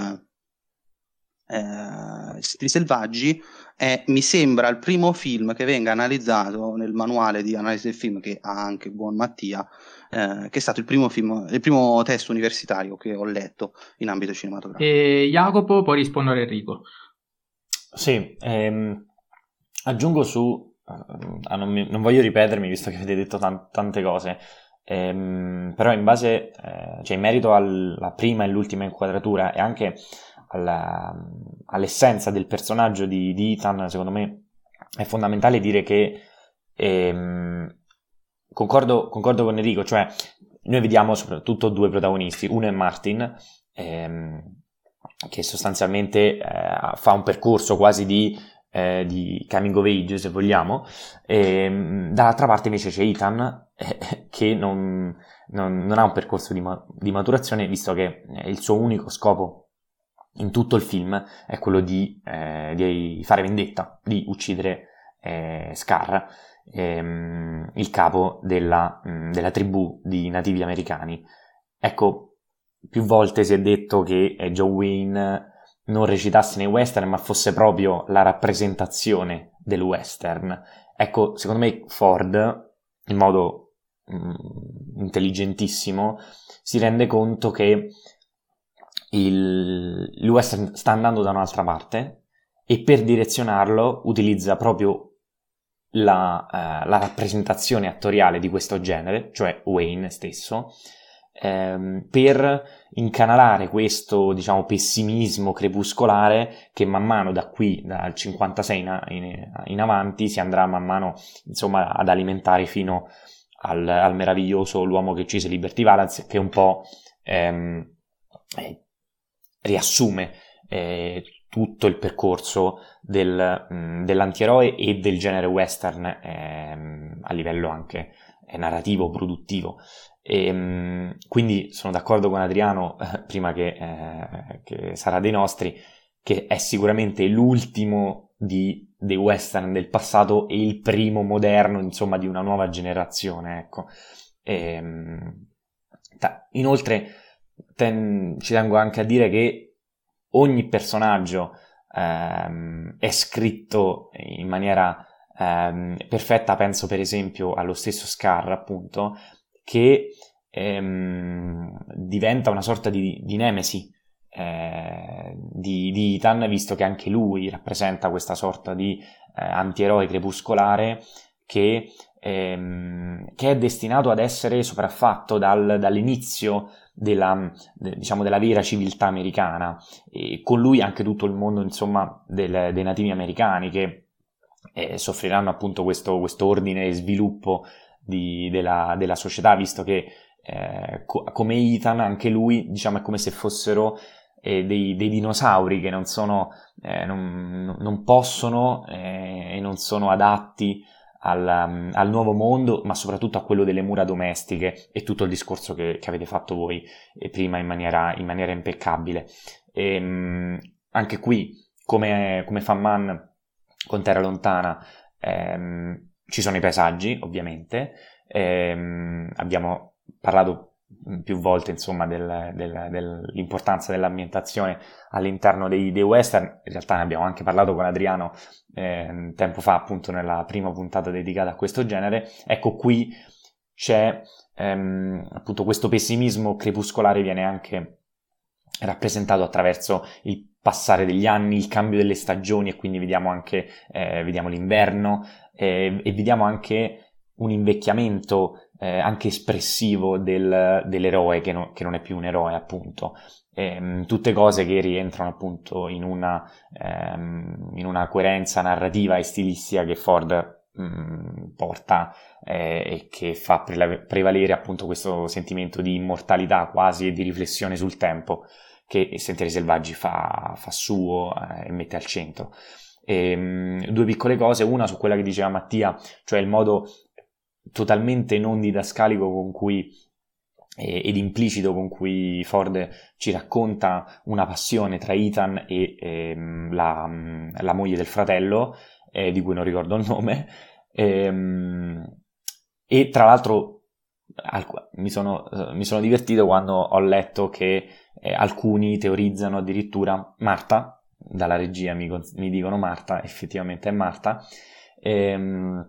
eh, Stili Selvaggi è, mi sembra, il primo film che venga analizzato nel manuale di analisi del film che ha anche buon Mattia, eh, che è stato il primo film, il primo testo universitario che ho letto in ambito cinematografico. E Jacopo, poi rispondo a Enrico. Sì, ehm, aggiungo su, ah, non, mi, non voglio ripetermi visto che avete detto tan- tante cose, ehm, però in base, eh, cioè in merito alla prima e l'ultima inquadratura e anche alla, all'essenza del personaggio di, di Ethan, secondo me è fondamentale dire che ehm, concordo, concordo con Enrico, cioè noi vediamo soprattutto due protagonisti, uno è Martin, ehm, che sostanzialmente eh, fa un percorso quasi di, eh, di coming of age, se vogliamo, e dall'altra parte invece c'è Ethan, eh, che non, non, non ha un percorso di, ma- di maturazione, visto che il suo unico scopo in tutto il film è quello di, eh, di fare vendetta, di uccidere eh, Scar, ehm, il capo della, mh, della tribù di nativi americani. Ecco, più volte si è detto che John Wayne non recitasse nei western, ma fosse proprio la rappresentazione del western. Ecco, secondo me Ford, in modo mh, intelligentissimo, si rende conto che il, il western sta andando da un'altra parte e per direzionarlo utilizza proprio la, eh, la rappresentazione attoriale di questo genere, cioè Wayne stesso, ehm, per incanalare questo, diciamo, pessimismo crepuscolare che man mano da qui, dal cinquantasei in, in, in avanti, si andrà man mano, insomma, ad alimentare fino al, al meraviglioso L'uomo che uccise Liberty Valance, che un po' ehm, eh, riassume eh, tutto il percorso del, mh, dell'antieroe e del genere western ehm, a livello anche eh, narrativo, produttivo. E, mh, quindi sono d'accordo con Adriano, eh, prima che, eh, che sarà dei nostri, che è sicuramente l'ultimo di, dei western del passato e il primo moderno, insomma, di una nuova generazione, ecco. E, mh, ta- inoltre ten- ci tengo anche a dire che ogni personaggio ehm, è scritto in maniera ehm, perfetta, penso per esempio allo stesso Scar, appunto, che ehm, diventa una sorta di, di nemesi eh, di, di Ethan, visto che anche lui rappresenta questa sorta di eh, antieroe crepuscolare che, ehm, che è destinato ad essere sopraffatto dal, dall'inizio della, de, diciamo, della vera civiltà americana, e con lui anche tutto il mondo, insomma, del, dei nativi americani che eh, soffriranno appunto questo, questo ordine e sviluppo di, della, della società, visto che eh, co- come Ethan anche lui, diciamo, è come se fossero eh, dei, dei dinosauri che non sono eh, non, non possono eh, e non sono adatti Al, um, al nuovo mondo, ma soprattutto a quello delle mura domestiche, e tutto il discorso che, che avete fatto voi eh, prima in maniera, in maniera impeccabile. E, um, anche qui, come, come fa Man con Terra Lontana, ehm, ci sono i paesaggi, ovviamente. Ehm, abbiamo parlato più volte, insomma, del, del, dell'importanza dell'ambientazione all'interno dei, dei western. In realtà ne abbiamo anche parlato con Adriano eh, tempo fa, appunto nella prima puntata dedicata a questo genere. Ecco, qui c'è ehm, appunto questo pessimismo crepuscolare, viene anche rappresentato attraverso il passare degli anni, il cambio delle stagioni, e quindi vediamo anche eh, vediamo l'inverno eh, e vediamo anche un invecchiamento eh, anche espressivo del, dell'eroe che, no, che non è più un eroe, appunto. Ehm, tutte cose che rientrano appunto in una, ehm, in una coerenza narrativa e stilistica che Ford mh, porta eh, e che fa pre- prevalere appunto questo sentimento di immortalità quasi e di riflessione sul tempo che Sentieri Selvaggi fa, fa suo eh, e mette al centro. E, mh, due piccole cose, una su quella che diceva Mattia, cioè il modo totalmente non didascalico con cui ed implicito con cui Ford ci racconta una passione tra Ethan e ehm, la, la moglie del fratello, eh, di cui non ricordo il nome, ehm, e tra l'altro alc- mi, sono, mi sono divertito quando ho letto che eh, alcuni teorizzano addirittura Marta, dalla regia mi, mi dicono Marta, effettivamente è Marta, ehm,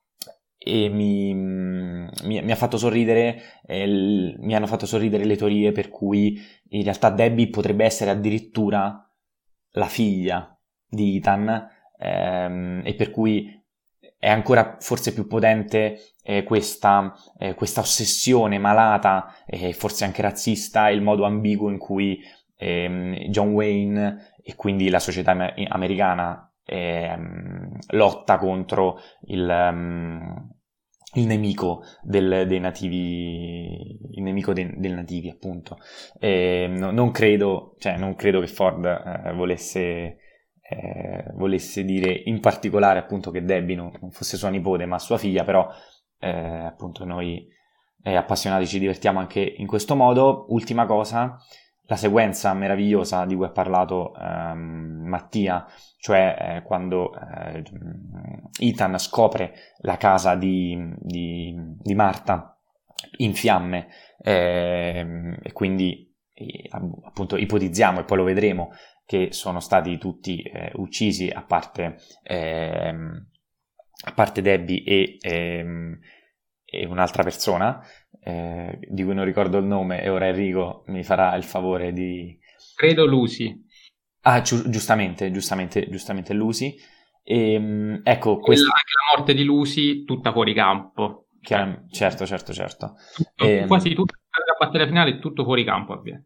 e mi, mi, mi ha fatto sorridere eh, l, mi hanno fatto sorridere le teorie per cui in realtà Debbie potrebbe essere addirittura la figlia di Ethan, ehm, e per cui è ancora forse più potente eh, questa, eh, questa ossessione malata e eh, forse anche razzista, il modo ambiguo in cui ehm, John Wayne e quindi la società americana Eh, lotta contro il, um, il nemico del, dei nativi, il nemico de, dei nativi, appunto. E no, non credo, cioè non credo che Ford eh, volesse, eh, volesse dire in particolare appunto che Debbie non, non fosse sua nipote ma sua figlia, però eh, appunto noi eh, appassionati ci divertiamo anche in questo modo. Ultima cosa, la sequenza meravigliosa di cui ha parlato ehm, Mattia, cioè eh, quando eh, Ethan scopre la casa di, di, di Marta in fiamme eh, e quindi eh, appunto ipotizziamo, e poi lo vedremo, che sono stati tutti eh, uccisi a parte, eh, a parte Debbie e, eh, e un'altra persona Eh, di cui non ricordo il nome, e ora Enrico mi farà il favore di... Credo Lucy. Ah, gi- giustamente, giustamente, giustamente Lucy. E, ecco, Quella, quest... anche la morte di Lucy, tutta fuori campo. Chiar- certo, certo, certo. Tutto, E, quasi tutta la battaglia finale, tutto fuori campo avviene.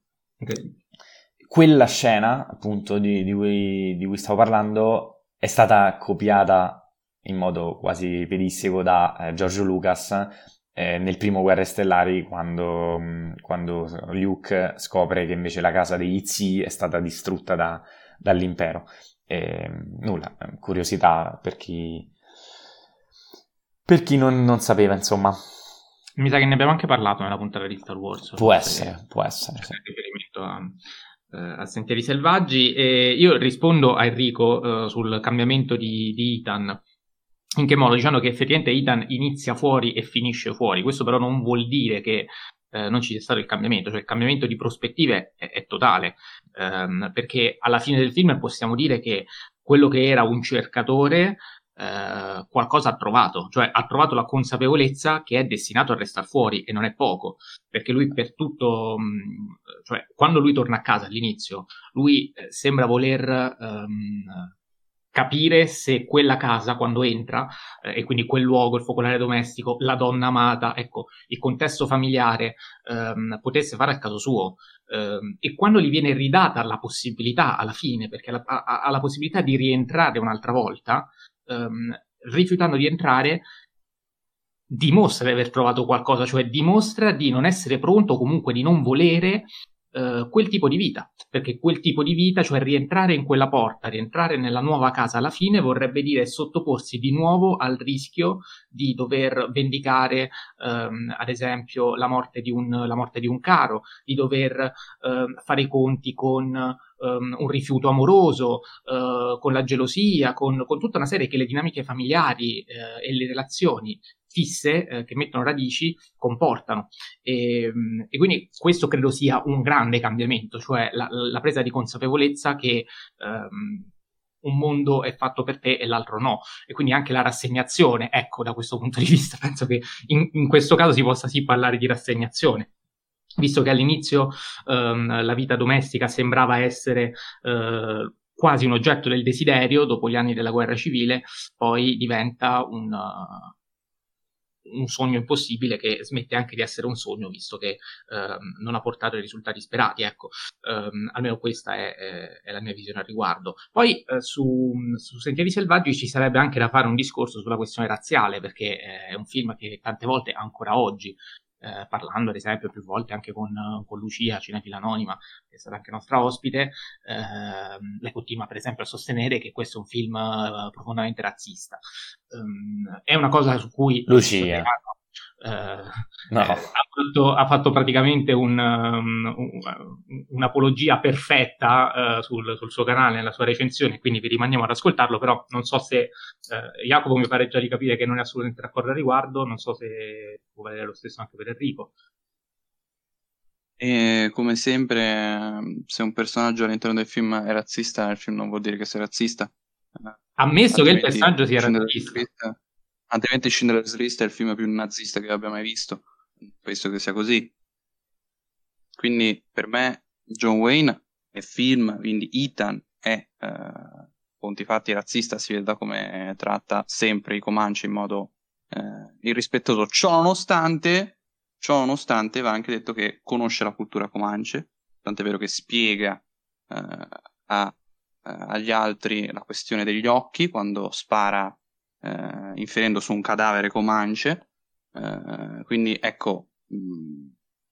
quella scena, appunto, di, di, cui, di cui stavo parlando, è stata copiata in modo quasi pedissequo da eh, George Lucas Eh, nel primo Guerre Stellari, quando, quando Luke scopre che invece la casa degli zii è stata distrutta da, dall'impero. E, nulla, curiosità per chi, per chi non, non sapeva, insomma. Mi sa che ne abbiamo anche parlato nella puntata di Star Wars. Può essere, può essere. Sì. Riferimento a, a Sentieri Selvaggi. E io rispondo a Enrico uh, sul cambiamento di, di Ethan. In che modo? Dicendo che effettivamente Ethan inizia fuori e finisce fuori. Questo però non vuol dire che eh, non ci sia stato il cambiamento, cioè il cambiamento di prospettive è, è totale, ehm, perché alla fine del film possiamo dire che quello che era un cercatore eh, qualcosa ha trovato, cioè ha trovato la consapevolezza che è destinato a restare fuori, e non è poco, perché lui per tutto, mh, cioè quando lui torna a casa all'inizio, lui eh, sembra voler ehm, capire se quella casa, quando entra, eh, e quindi quel luogo, il focolare domestico, la donna amata, ecco, il contesto familiare, ehm, potesse fare al caso suo. Ehm, e quando gli viene ridata la possibilità, alla fine, perché la, ha, ha la possibilità di rientrare un'altra volta, ehm, rifiutando di entrare, dimostra di aver trovato qualcosa, cioè dimostra di non essere pronto, o comunque di non volere Uh, quel tipo di vita, perché quel tipo di vita, cioè rientrare in quella porta, rientrare nella nuova casa alla fine, vorrebbe dire sottoporsi di nuovo al rischio di dover vendicare um, ad esempio la morte di un, la morte di un caro, di dover uh, fare i conti con um, un rifiuto amoroso, uh, con la gelosia, con, con tutta una serie che le dinamiche familiari uh, e le relazioni fisse eh, che mettono radici comportano, e, e quindi questo credo sia un grande cambiamento, cioè la, la presa di consapevolezza che um, un mondo è fatto per te e l'altro no, e quindi anche la rassegnazione. Ecco, da questo punto di vista penso che in, in questo caso si possa sì parlare di rassegnazione, visto che all'inizio um, la vita domestica sembrava essere uh, quasi un oggetto del desiderio. Dopo gli anni della guerra civile poi diventa un uh, un sogno impossibile, che smette anche di essere un sogno, visto che ehm, non ha portato i risultati sperati. Ecco, ehm, almeno questa è, è, è la mia visione al riguardo. Poi eh, su, su Sentieri Selvaggi ci sarebbe anche da fare un discorso sulla questione razziale, perché è un film che tante volte, ancora oggi, eh, parlando ad esempio più volte anche con, con Lucia, cinefila anonima, che è stata anche nostra ospite, eh, lei continua per esempio a sostenere che questo è un film uh, profondamente razzista. Um, è una cosa su cui Lucia eh, no. eh, ha, fatto, ha fatto praticamente un, um, un, un'apologia perfetta uh, sul, sul suo canale, nella sua recensione, quindi vi rimaniamo ad ascoltarlo. Però non so se uh, Jacopo mi pare già di capire che non è assolutamente d'accordo al riguardo, non so se può valere lo stesso anche per Enrico. E come sempre, se un personaggio all'interno del film è razzista, il film non vuol dire che sia razzista. Ammesso che il personaggio sia razzista. Altrimenti Schindler's List è il film più nazista che abbia mai visto. Penso che sia così. Quindi per me John Wayne è film, quindi Ethan è eh, conti fatti razzista, si vede da come tratta sempre i Comanche in modo eh, irrispettoso. Ciò nonostante, ciò nonostante va anche detto che conosce la cultura Comanche, tant'è vero che spiega eh, a, eh, agli altri la questione degli occhi quando spara eh, inferendo su un cadavere Comanche. Eh, quindi ecco, mh,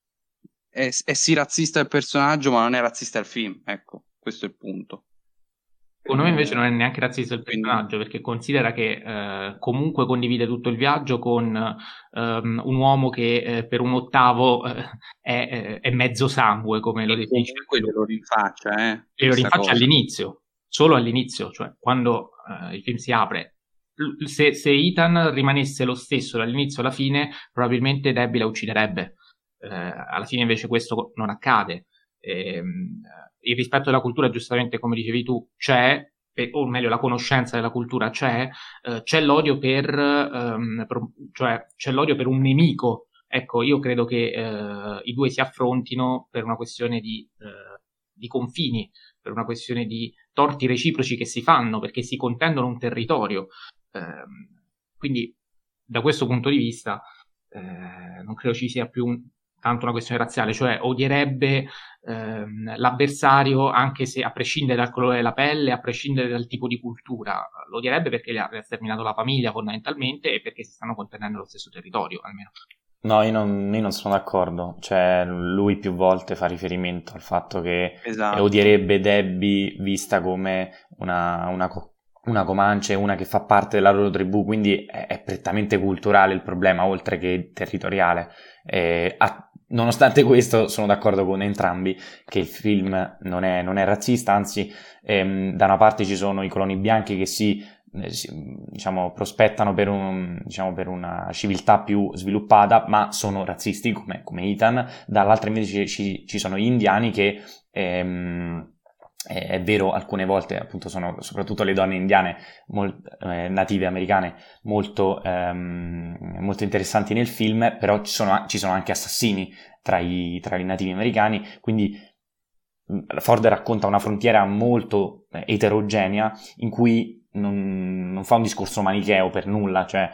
è, è sì razzista il personaggio, ma non è razzista il film. Ecco, questo è il punto. Secondo me invece non è neanche razzista il personaggio, quindi, perché considera che eh, comunque condivide tutto il viaggio con um, un uomo che eh, per un ottavo eh, è, è mezzo sangue, come lo definisce. Comunque lo rinfaccia, eh, e lo rinfaccia cosa. all'inizio, solo all'inizcio, cioè quando eh, il film si apre. Se, se Ethan rimanesse lo stesso dall'inizio alla fine, probabilmente Debbie la ucciderebbe. Eh, alla fine invece questo non accade. Eh, il rispetto della cultura, giustamente come dicevi tu, c'è, o meglio la conoscenza della cultura c'è, eh, c'è l'odio per, ehm, per, cioè c'è l'odio per un nemico. Ecco, io credo che eh, i due si affrontino per una questione di, eh, di confini, per una questione di torti reciproci che si fanno, perché si contendono un territorio. Eh, quindi da questo punto di vista eh, non credo ci sia più un, tanto una questione razziale, cioè odierebbe ehm, l'avversario anche se a prescindere dal colore della pelle, a prescindere dal tipo di cultura, lo odierebbe perché le ha sterminato la famiglia fondamentalmente, e perché si stanno contenendo lo stesso territorio almeno. No, io non, io non sono d'accordo, cioè lui più volte fa riferimento al fatto che esatto. odierebbe Debbie vista come una, una, una Comanche, una che fa parte della loro tribù, quindi è, è prettamente culturale il problema, oltre che territoriale. Eh, a, nonostante questo sono d'accordo con entrambi che il film non è, non è razzista, anzi ehm, da una parte ci sono i coloni bianchi che si diciamo prospettano per, un, diciamo, per una civiltà più sviluppata, ma sono razzisti come, come Ethan. Dall'altra invece ci, ci sono gli indiani che ehm, Eh, è vero, alcune volte appunto sono soprattutto le donne indiane mol- eh, native americane molto, ehm, molto interessanti nel film, però ci sono, ci sono anche assassini tra i, tra i nativi americani, quindi Ford racconta una frontiera molto eh, eterogenea in cui non, non fa un discorso manicheo per nulla, cioè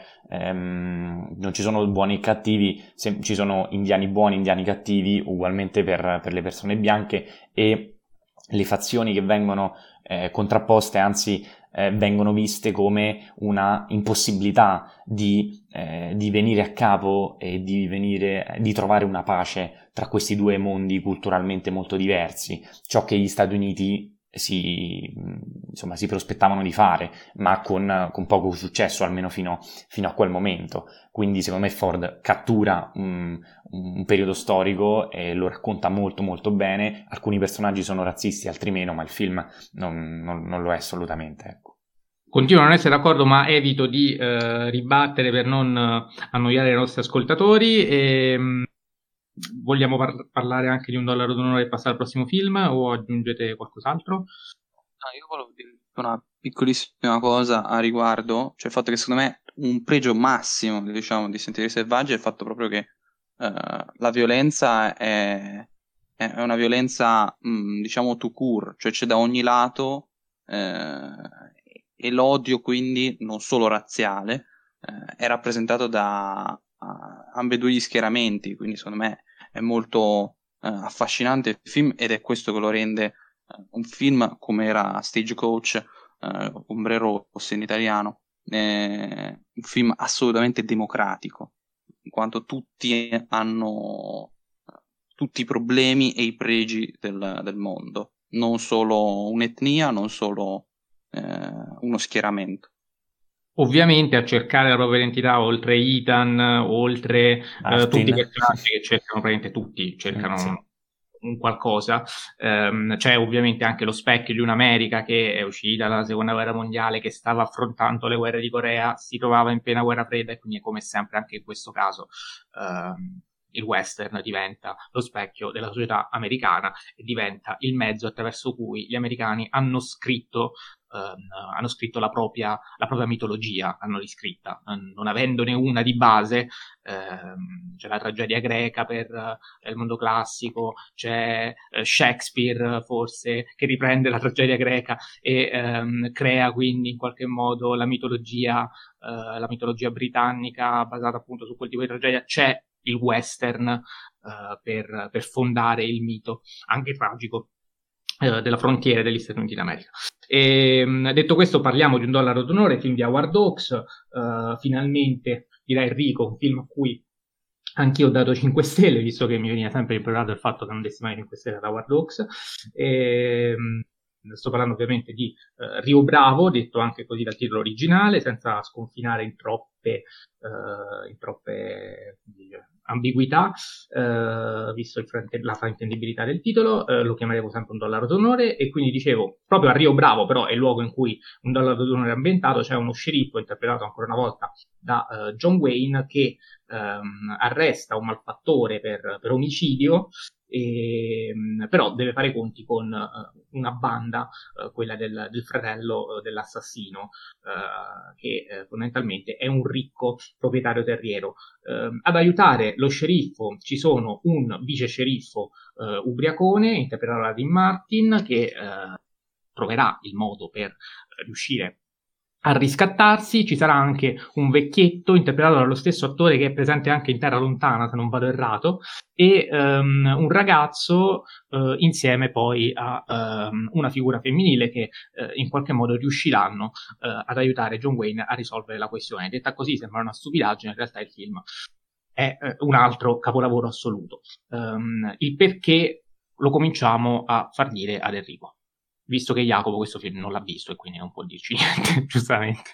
ehm, non ci sono buoni e cattivi, se, ci sono indiani buoni, indiani cattivi, ugualmente per, per le persone bianche, e le fazioni che vengono eh, contrapposte, anzi eh, vengono viste come una impossibilità di, eh, di venire a capo e di, venire, di trovare una pace tra questi due mondi culturalmente molto diversi, ciò che gli Stati Uniti si, insomma, si prospettavano di fare, ma con, con poco successo, almeno fino, fino a quel momento. Quindi secondo me Ford cattura un, un periodo storico e lo racconta molto molto bene. Alcuni personaggi sono razzisti, altri meno, ma il film non, non, non lo è assolutamente, ecco. Continuo a non essere d'accordo, ma evito di eh, ribattere per non eh, annoiare i nostri ascoltatori. E, mh, vogliamo par- parlare anche di Un dollaro d'onore e passare al prossimo film, o aggiungete qualcos'altro? No, io volevo dire una piccolissima cosa a riguardo, cioè il fatto che secondo me un pregio massimo, diciamo, di Sentieri Selvaggi è il fatto proprio che eh, la violenza è, è una violenza, mh, diciamo, tout court, cioè c'è da ogni lato, eh, e l'odio quindi non solo razziale eh, è rappresentato da a, ambedue gli schieramenti, quindi secondo me è molto eh, affascinante il film ed è questo che lo rende un film come era Stagecoach, eh, Ombre Rosse in italiano, eh, un film assolutamente democratico, in quanto tutti hanno tutti i problemi e i pregi del, del mondo, non solo un'etnia, non solo eh, uno schieramento. Ovviamente a cercare la propria identità, oltre Ethan, oltre eh, tutti i personaggi che cercano, praticamente tutti cercano mm, sì. un qualcosa. Um, c'è ovviamente anche lo specchio di un'America che è uscita dalla seconda guerra mondiale, che stava affrontando le guerre di Corea, si trovava in piena guerra fredda, e quindi come sempre anche in questo caso um, il western diventa lo specchio della società americana e diventa il mezzo attraverso cui gli americani hanno scritto Uh, hanno scritto la propria, la propria mitologia, hanno riscritta, non avendone una di base. Uh, c'è la tragedia greca per uh, il mondo classico, c'è uh, Shakespeare forse che riprende la tragedia greca e um, crea quindi in qualche modo la mitologia, uh, la mitologia britannica basata appunto su quel tipo di tragedia. C'è il western uh, per, per fondare il mito, anche tragico, della frontiera degli Stati Uniti d'America. E, detto questo, parliamo di Un dollaro d'onore, film di Howard Hawks, uh, finalmente direi Enrico, un film a cui anch'io ho dato cinque stelle, visto che mi veniva sempre rimproverato il fatto che non dessi mai cinque stelle ad Howard Hawks. E, sto parlando ovviamente di uh, Rio Bravo, detto anche così dal titolo originale, senza sconfinare in troppe, uh, in troppe ambiguità, uh, visto il frante- la fraintendibilità del titolo. Uh, lo chiameremo sempre Un dollaro d'onore. E quindi dicevo, proprio a Rio Bravo, però è il luogo in cui Un dollaro d'onore è ambientato, c'è uno sceriffo interpretato ancora una volta da uh, John Wayne che um, arresta un malfattore per, per omicidio. E, però deve fare i conti con uh, una banda, uh, quella del, del fratello uh, dell'assassino, uh, che uh, fondamentalmente è un ricco proprietario terriero. Uh, ad aiutare lo sceriffo ci sono un vice sceriffo uh, ubriacone, interpretato da Dean Martin, che uh, troverà il modo per uh, riuscire a riscattarsi. Ci sarà anche un vecchietto interpretato dallo stesso attore che è presente anche in Terra Lontana, se non vado errato, e um, un ragazzo uh, insieme poi a um, una figura femminile che uh, in qualche modo riusciranno uh, ad aiutare John Wayne a risolvere la questione. Detta così sembra una stupidaggine, in realtà il film è uh, un altro capolavoro assoluto. Um, il perché lo cominciamo a far dire ad Enrico, visto che Jacopo questo film non l'ha visto e quindi non può dirci niente, giustamente.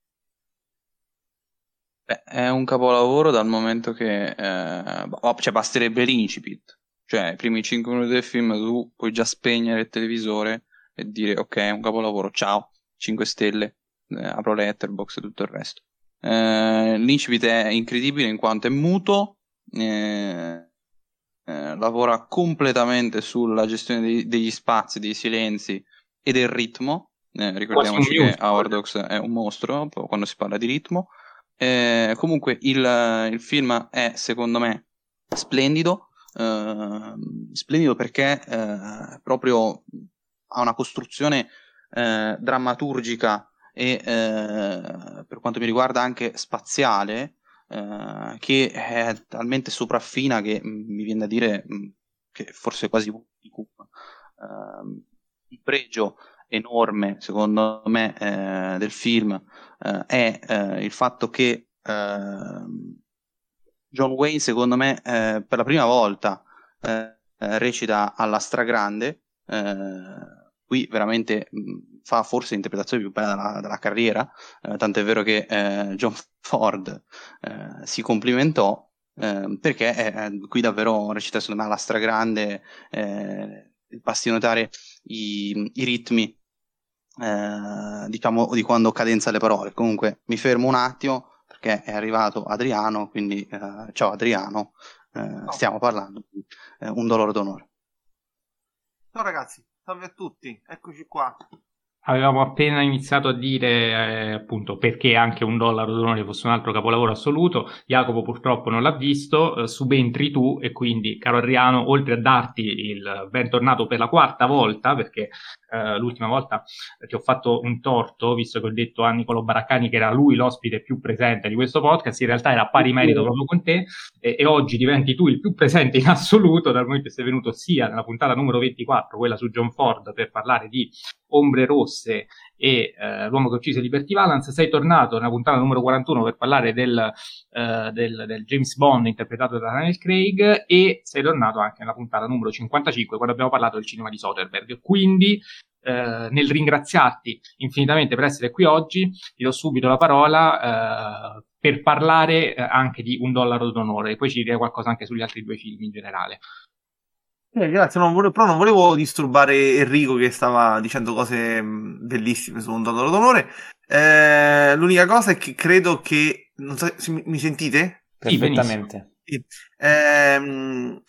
Beh, è un capolavoro dal momento che eh, cioè basterebbe l'incipit, cioè i primi cinque minuti del film tu puoi già spegnere il televisore e dire ok, è un capolavoro, ciao, cinque stelle, eh, apro Letterboxd e tutto il resto. Eh, l'incipit è incredibile in quanto è muto, eh, eh, lavora completamente sulla gestione dei- degli spazi, dei silenzi e del ritmo. Eh, ricordiamoci che Howard Hawks è un mostro quando si parla di ritmo. Eh, comunque il, il film è secondo me splendido, eh, splendido perché eh, proprio ha una costruzione eh, drammaturgica e eh, per quanto mi riguarda anche spaziale, eh, che è talmente sopraffina che mh, mi viene da dire mh, che forse quasi di Cuba. Eh, il pregio enorme, secondo me, eh, del film eh, è eh, il fatto che eh, John Wayne, secondo me, eh, per la prima volta eh, eh, recita alla stragrande. Eh, qui veramente mh, fa forse l'interpretazione più bella della, della carriera, eh, tant'è vero che eh, John Ford eh, si complimentò eh, perché eh, qui davvero recita secondo me alla stragrande, eh, basti notare i, i ritmi eh, diciamo di quando cadenza le parole. Comunque mi fermo un attimo perché è arrivato Adriano, quindi eh, ciao Adriano, eh, Oh. stiamo parlando di eh, Un dolore d'onore. Ciao ragazzi, salve a tutti, eccoci qua. Avevamo appena iniziato a dire eh, appunto perché anche Un dollaro d'onore fosse un altro capolavoro assoluto. Jacopo purtroppo non l'ha visto, eh, subentri tu e quindi, caro Adriano, oltre a darti il bentornato per la quarta volta, perché eh, l'ultima volta ti ho fatto un torto, visto che ho detto a Niccolò Baraccani che era lui l'ospite più presente di questo podcast, in realtà era a pari merito proprio con te, e, e oggi diventi tu il più presente in assoluto, dal momento che sei venuto sia nella puntata numero ventiquattro, quella su John Ford, per parlare di Ombre Rosse e eh, L'uomo che uccise Liberty Valance. Sei tornato nella puntata numero quarantuno per parlare del, eh, del, del James Bond interpretato da Daniel Craig, e sei tornato anche nella puntata numero cinquantacinque quando abbiamo parlato del cinema di Soderbergh. Quindi eh, nel ringraziarti infinitamente per essere qui oggi, ti do subito la parola eh, per parlare eh, anche di Un dollaro d'onore, e poi ci direi qualcosa anche sugli altri due film in generale. Eh, grazie, non volevo, però non volevo disturbare Enrico che stava dicendo cose mh, bellissime su Un dollaro d'onore. Eh, l'unica cosa è che credo che... Non so se mi, mi sentite? Sì, Perfettamente. Sì. Ehm,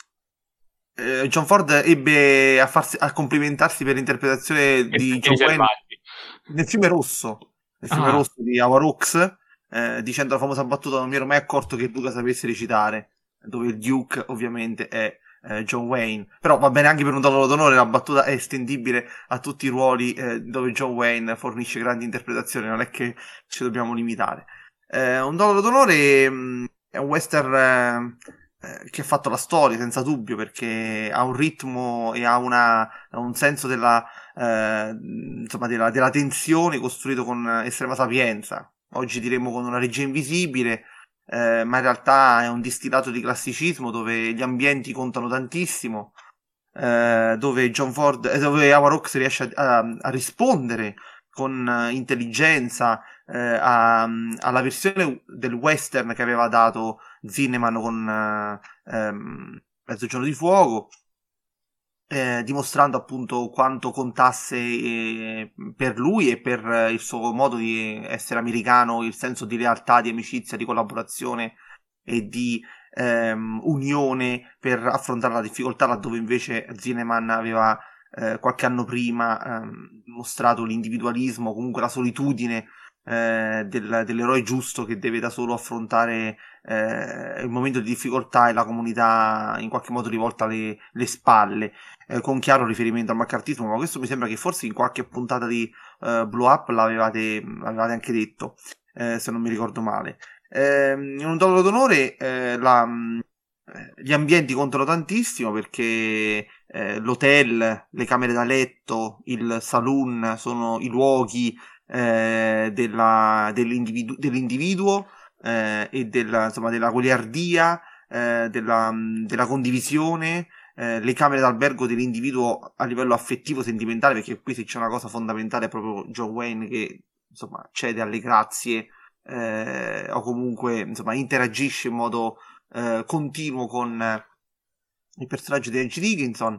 eh, John Ford ebbe a, farsi, a complimentarsi per l'interpretazione di John Wayne nel film Rosso, nel film Ah. Rosso di Howard Hawks, eh, dicendo la famosa battuta: non mi ero mai accorto che Luca sapesse recitare, dove il Duke ovviamente è eh, John Wayne. Però va bene anche per Un dollaro d'onore, la battuta è estendibile a tutti i ruoli eh, dove John Wayne fornisce grandi interpretazioni, non è che ci dobbiamo limitare. Eh, Un dollaro d'onore mh, è un western eh, eh, che ha fatto la storia senza dubbio, perché ha un ritmo e ha una, un senso della, eh, insomma, della, della tensione costruito con estrema sapienza. Oggi diremmo con una regia invisibile, eh, ma in realtà è un distillato di classicismo dove gli ambienti contano tantissimo, eh, dove John Ford, eh, dove Howard Hawks riesce a, a, a rispondere con uh, intelligenza eh, a, alla versione del western che aveva dato Zinnemann con uh, um, Mezzogiorno di Fuoco, eh, dimostrando appunto quanto contasse eh, per lui e per eh, il suo modo di essere americano il senso di lealtà, di amicizia, di collaborazione e di ehm, unione per affrontare la difficoltà, laddove invece Zinnemann aveva eh, qualche anno prima ehm, mostrato l'individualismo, comunque la solitudine eh, del, dell'eroe giusto che deve da solo affrontare eh, il momento di difficoltà e la comunità in qualche modo rivolta alle, le spalle, eh, con chiaro riferimento al maccartismo. Ma questo mi sembra che forse in qualche puntata di uh, Blow Up l'avevate, l'avevate anche detto, eh, se non mi ricordo male. Eh, in Un dollaro d'onore eh, la, gli ambienti contano tantissimo, perché eh, l'hotel, le camere da letto, il saloon sono i luoghi eh, della, dell'individu- dell'individuo eh, e della, insomma, della goliardia, eh, della, della condivisione, eh, le camere d'albergo dell'individuo a livello affettivo, sentimentale, perché qui se c'è una cosa fondamentale è proprio John Wayne che insomma cede alle grazie eh, o comunque insomma interagisce in modo eh, continuo con eh, il personaggio di Angie Dickinson.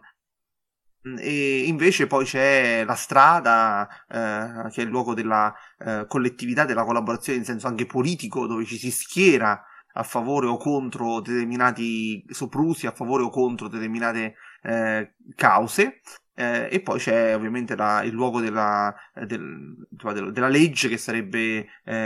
E invece poi c'è la strada, eh, che è il luogo della eh, collettività, della collaborazione in senso anche politico, dove ci si schiera a favore o contro determinati soprusi, a favore o contro determinate eh, cause. Eh, e poi c'è ovviamente la, il luogo della, del, della legge, che sarebbe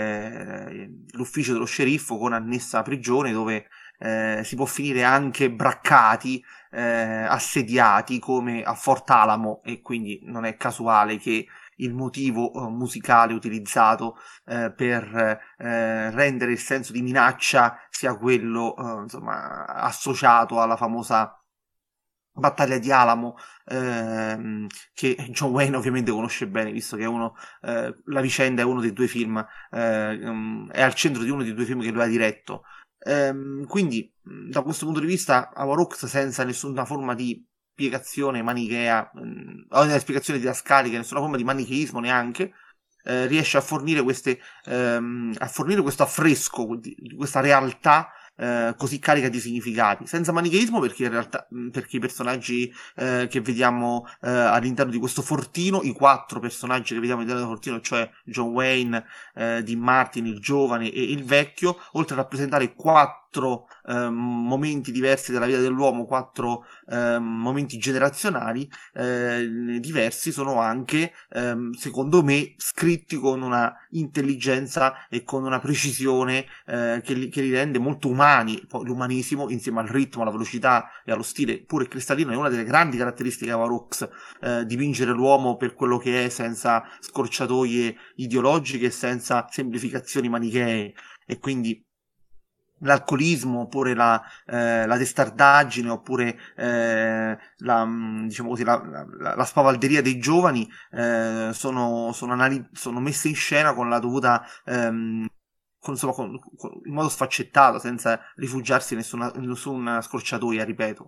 eh, l'ufficio dello sceriffo con annessa prigione, dove eh, si può finire anche braccati, eh, assediati, come a Fort Alamo, e quindi non è casuale che il motivo uh, musicale utilizzato uh, per uh, rendere il senso di minaccia sia quello uh, insomma associato alla famosa battaglia di Alamo, ehm, che John Wayne ovviamente conosce bene, visto che è uno, eh, la vicenda è uno dei due film, eh, um, è al centro di uno dei due film che lui ha diretto. Ehm, quindi da questo punto di vista Howard Hawks, senza nessuna forma di spiegazione manichea, mh, o nella spiegazione didascalica, nessuna forma di manicheismo neanche, eh, riesce a fornire queste ehm, a fornire questo affresco di, di questa realtà eh, così carica di significati, senza manicheismo, perché in realtà perché i personaggi eh, che vediamo eh, all'interno di questo fortino, i quattro personaggi che vediamo all'interno del fortino, cioè John Wayne, eh, Dean Martin, il giovane e il vecchio, oltre a rappresentare quattro eh, momenti diversi della vita dell'uomo, quattro eh, momenti generazionali eh, diversi, sono anche eh, secondo me scritti con una intelligenza e con una precisione eh, che, li, che li rende molto umani. Poi l'umanesimo, insieme al ritmo, alla velocità e allo stile pure cristallino, è una delle grandi caratteristiche di Howard Hawks, eh, dipingere l'uomo per quello che è, senza scorciatoie ideologiche e senza semplificazioni manichee. E quindi l'alcolismo, oppure la, eh, la testardaggine, oppure eh, la, diciamo così, la, la, la spavalderia dei giovani eh, sono, sono, anali- sono messe in scena con la dovuta ehm, con, insomma, con, con, in modo sfaccettato, senza rifugiarsi in nessuna, in nessuna scorciatoia, ripeto.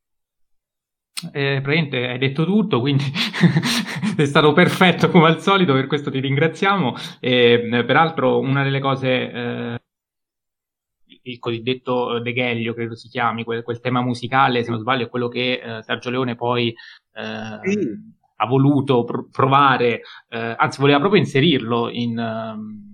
Eh, praticamente hai detto tutto, quindi è stato perfetto come al solito, per questo ti ringraziamo. E, peraltro una delle cose, eh, il cosiddetto degheglio, credo si chiami, quel, quel tema musicale, se non sbaglio, è quello che eh, Sergio Leone poi eh, Sì. ha voluto pr- provare, eh, anzi voleva proprio inserirlo in... Um,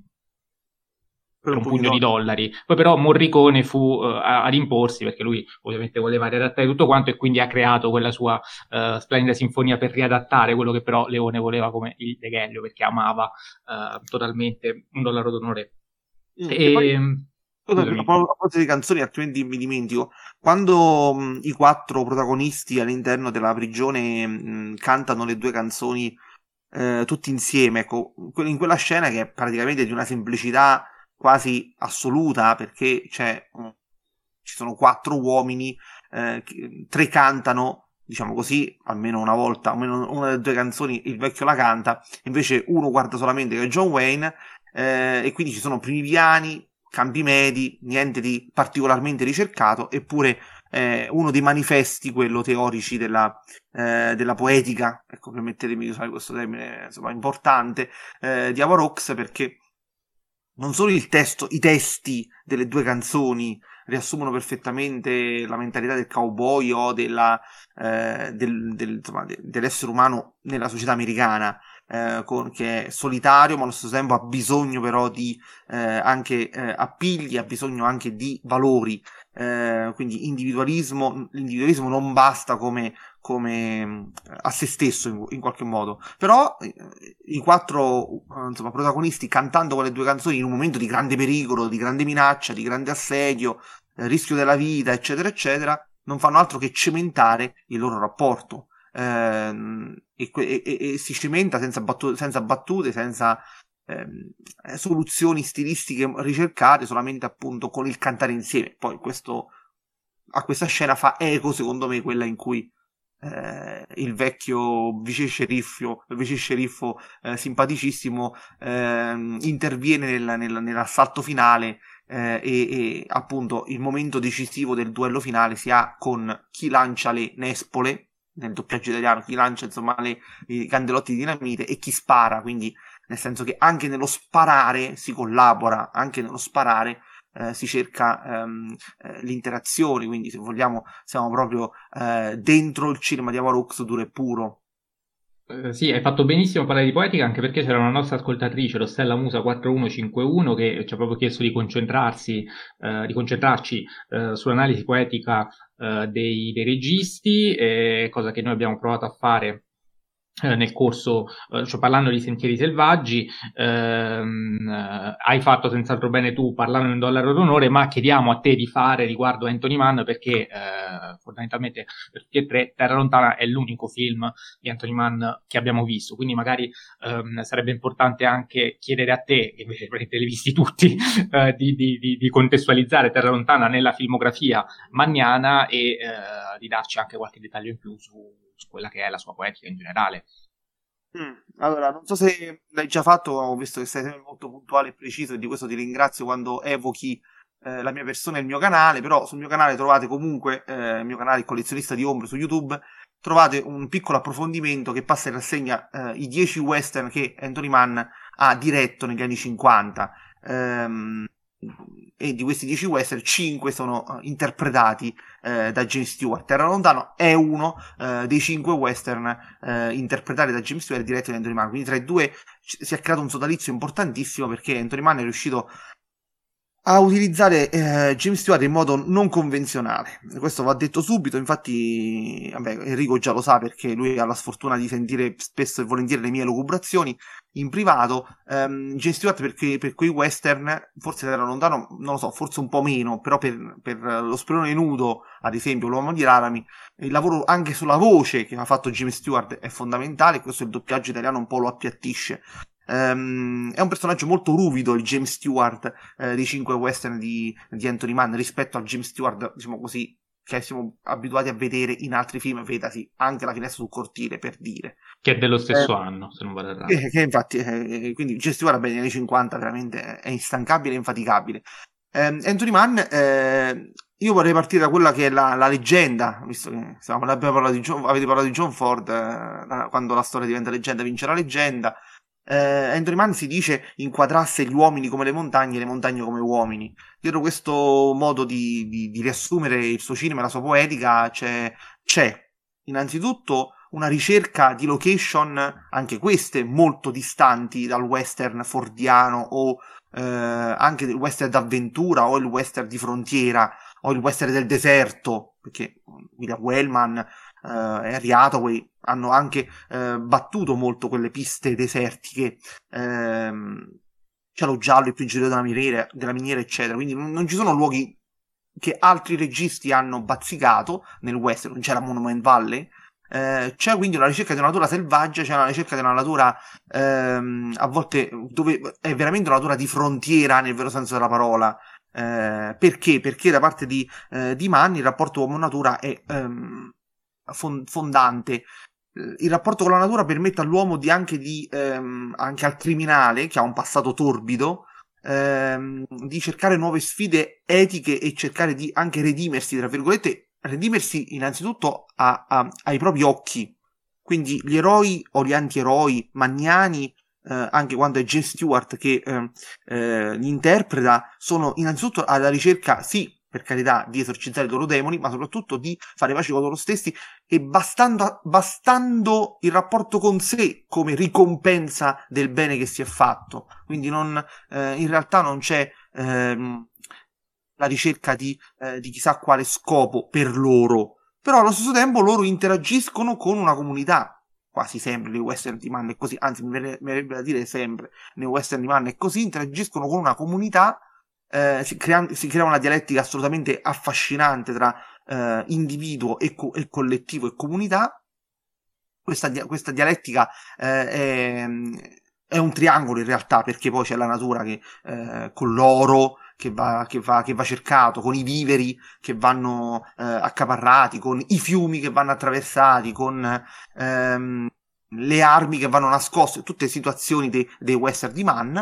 per un pugno di dollari. Poi però Morricone fu uh, ad imporsi, perché lui ovviamente voleva riadattare tutto quanto, e quindi ha creato quella sua uh, splendida sinfonia per riadattare quello che però Leone voleva come il degheglio, perché amava uh, totalmente Un dollaro d'onore. Mm, e, poi, scusami, a proposito di canzoni, altrimenti mi dimentico, quando mh, i quattro protagonisti all'interno della prigione mh, cantano le due canzoni eh, tutti insieme, ecco, in quella scena che è praticamente di una semplicità quasi assoluta, perché c'è, ci sono quattro uomini, eh, che, tre cantano, diciamo così, almeno una volta, almeno una delle due canzoni il vecchio la canta, invece uno guarda solamente, che è John Wayne, eh, e quindi ci sono primi piani, campi medi, niente di particolarmente ricercato, eppure eh, uno dei manifesti, quello teorici della, eh, della poetica, ecco, permettetemi di usare questo termine insomma importante, eh, di Howard Hawks, perché non solo il testo, i testi delle due canzoni riassumono perfettamente la mentalità del cowboy o della, eh, del, del, insomma, de, dell'essere umano nella società americana, eh, con, che è solitario, ma allo stesso tempo ha bisogno però di eh, anche eh, appigli, ha bisogno anche di valori. Eh, quindi individualismo, l'individualismo non basta come, come a se stesso in, in qualche modo, però eh, i quattro insomma, protagonisti cantando quelle due canzoni in un momento di grande pericolo, di grande minaccia, di grande assedio, eh, rischio della vita, eccetera eccetera, non fanno altro che cementare il loro rapporto, eh, e, e, e si cementa senza battute, senza, battute, senza Eh, soluzioni stilistiche ricercate, solamente appunto con il cantare insieme. Poi questo, a questa scena fa eco, secondo me, quella in cui eh, il vecchio vice sceriffo, vice sceriffo eh, simpaticissimo eh, interviene nel, nel, nell'assalto finale, eh, e, e appunto il momento decisivo del duello finale si ha con chi lancia le nespole, nel doppiaggio italiano, chi lancia insomma le, i candelotti di dinamite e chi spara, quindi nel senso che anche nello sparare si collabora, anche nello sparare eh, si cerca ehm, eh, l'interazione, quindi se vogliamo siamo proprio eh, dentro il cinema di Howard Hawks duro e puro. Uh, sì, hai fatto benissimo a parlare di poetica, anche perché c'era una nostra ascoltatrice, Rossella Musa quattro uno cinque uno, che ci ha proprio chiesto di concentrarsi, uh, di concentrarci uh, sull'analisi poetica uh, dei, dei registi, eh, cosa che noi abbiamo provato a fare nel corso, eh, cioè parlando di Sentieri Selvaggi. Ehm, eh, hai fatto senz'altro bene tu parlando di Un dollaro d'onore, ma chiediamo a te di fare riguardo Anthony Mann, perché eh, fondamentalmente per tutti e tre Terra Lontana è l'unico film di Anthony Mann che abbiamo visto, quindi magari ehm, sarebbe importante anche chiedere a te, che invece li hai visti tutti, eh, di, di, di, di contestualizzare Terra Lontana nella filmografia manniana e eh, di darci anche qualche dettaglio in più su su quella che è la sua poetica in generale. Mm, allora, non so se l'hai già fatto, ho visto che sei sempre molto puntuale e preciso, e di questo ti ringrazio quando evochi eh, la mia persona e il mio canale, però sul mio canale trovate comunque, eh, il mio canale Collezionista di Ombre su YouTube, trovate un piccolo approfondimento che passa in rassegna eh, i dieci western che Anthony Mann ha diretto negli anni cinquanta. Ehm, e di questi dieci western cinque sono uh, interpretati uh, da James Stewart. Terra Lontana è uno uh, dei cinque western uh, interpretati da James Stewart diretti da Anthony Mann, quindi tra i due c- si è creato un sodalizio importantissimo, perché Anthony Mann è riuscito a utilizzare eh, James Stewart in modo non convenzionale. Questo va detto subito, infatti vabbè, Enrico già lo sa, perché lui ha la sfortuna di sentire spesso e volentieri le mie lucubrazioni in privato. um, James Stewart, perché per quei western, forse era lontano, non lo so, forse un po' meno, però per, per Lo Sperone Nudo, ad esempio, L'Uomo di Laramie, il lavoro anche sulla voce che ha fatto James Stewart è fondamentale. Questo il doppiaggio italiano un po' lo appiattisce. Um, è un personaggio molto ruvido il James Stewart eh, dei cinque western di, di Anthony Mann, rispetto al James Stewart, diciamo così, che siamo abituati a vedere in altri film, vedasi anche La finestra sul cortile, per dire, che è dello stesso eh, anno, se non vado errato, che, che infatti eh, quindi James Stewart negli anni cinquanta veramente è instancabile e infaticabile. eh, Anthony Mann, eh, io vorrei partire da quella che è la, la leggenda, visto che insomma, abbiamo parlato di John, avete parlato di John Ford, eh, quando la storia diventa leggenda vince la leggenda. Eh, Anthony Mann si dice inquadrasse gli uomini come le montagne e le montagne come uomini. Dietro questo modo di, di, di riassumere il suo cinema e la sua poetica c'è, c'è innanzitutto una ricerca di location, anche queste molto distanti dal western fordiano, o eh, anche il western d'avventura, o il western di frontiera, o il western del deserto, perché William Wellman Uh, e Harry Hathaway hanno anche uh, battuto molto quelle piste desertiche, ehm, Cielo Giallo, Il prigioniero della miniera, della miniera eccetera. Quindi non, non ci sono luoghi che altri registi hanno bazzicato nel western. Non c'era Monument Valley, eh, c'è quindi una ricerca di una natura selvaggia, c'è una ricerca di una natura ehm, a volte dove è veramente una natura di frontiera nel vero senso della parola. Eh, perché? Perché da parte di, eh, di Mann il rapporto uomo-natura è ehm, fondante. Il rapporto con la natura permette all'uomo di anche di ehm, anche al criminale che ha un passato torbido ehm, di cercare nuove sfide etiche e cercare di anche redimersi, tra virgolette, redimersi innanzitutto a, a, ai propri occhi. Quindi gli eroi o gli antieroi manniani, eh, anche quando è James Stewart che eh, eh, li interpreta, sono innanzitutto alla ricerca, sì, per carità, di esorcizzare i loro demoni, ma soprattutto di fare pace con loro stessi, e bastando, bastando il rapporto con sé come ricompensa del bene che si è fatto. Quindi non, eh, in realtà non c'è ehm, la ricerca di, eh, di chissà quale scopo per loro, però allo stesso tempo loro interagiscono con una comunità. Quasi sempre nei western di Mann è così, anzi mi verrebbe da dire sempre nei western di Mann è così, interagiscono con una comunità. Eh, si, crea, si crea una dialettica assolutamente affascinante tra eh, individuo e, co- e collettivo e comunità. Questa, dia- questa dialettica eh, è, è un triangolo in realtà, perché poi c'è la natura che eh, con l'oro che va, che, va, che va cercato, con i viveri che vanno eh, accaparrati, con i fiumi che vanno attraversati, con ehm, le armi che vanno nascoste, tutte situazioni dei, dei western di Mann,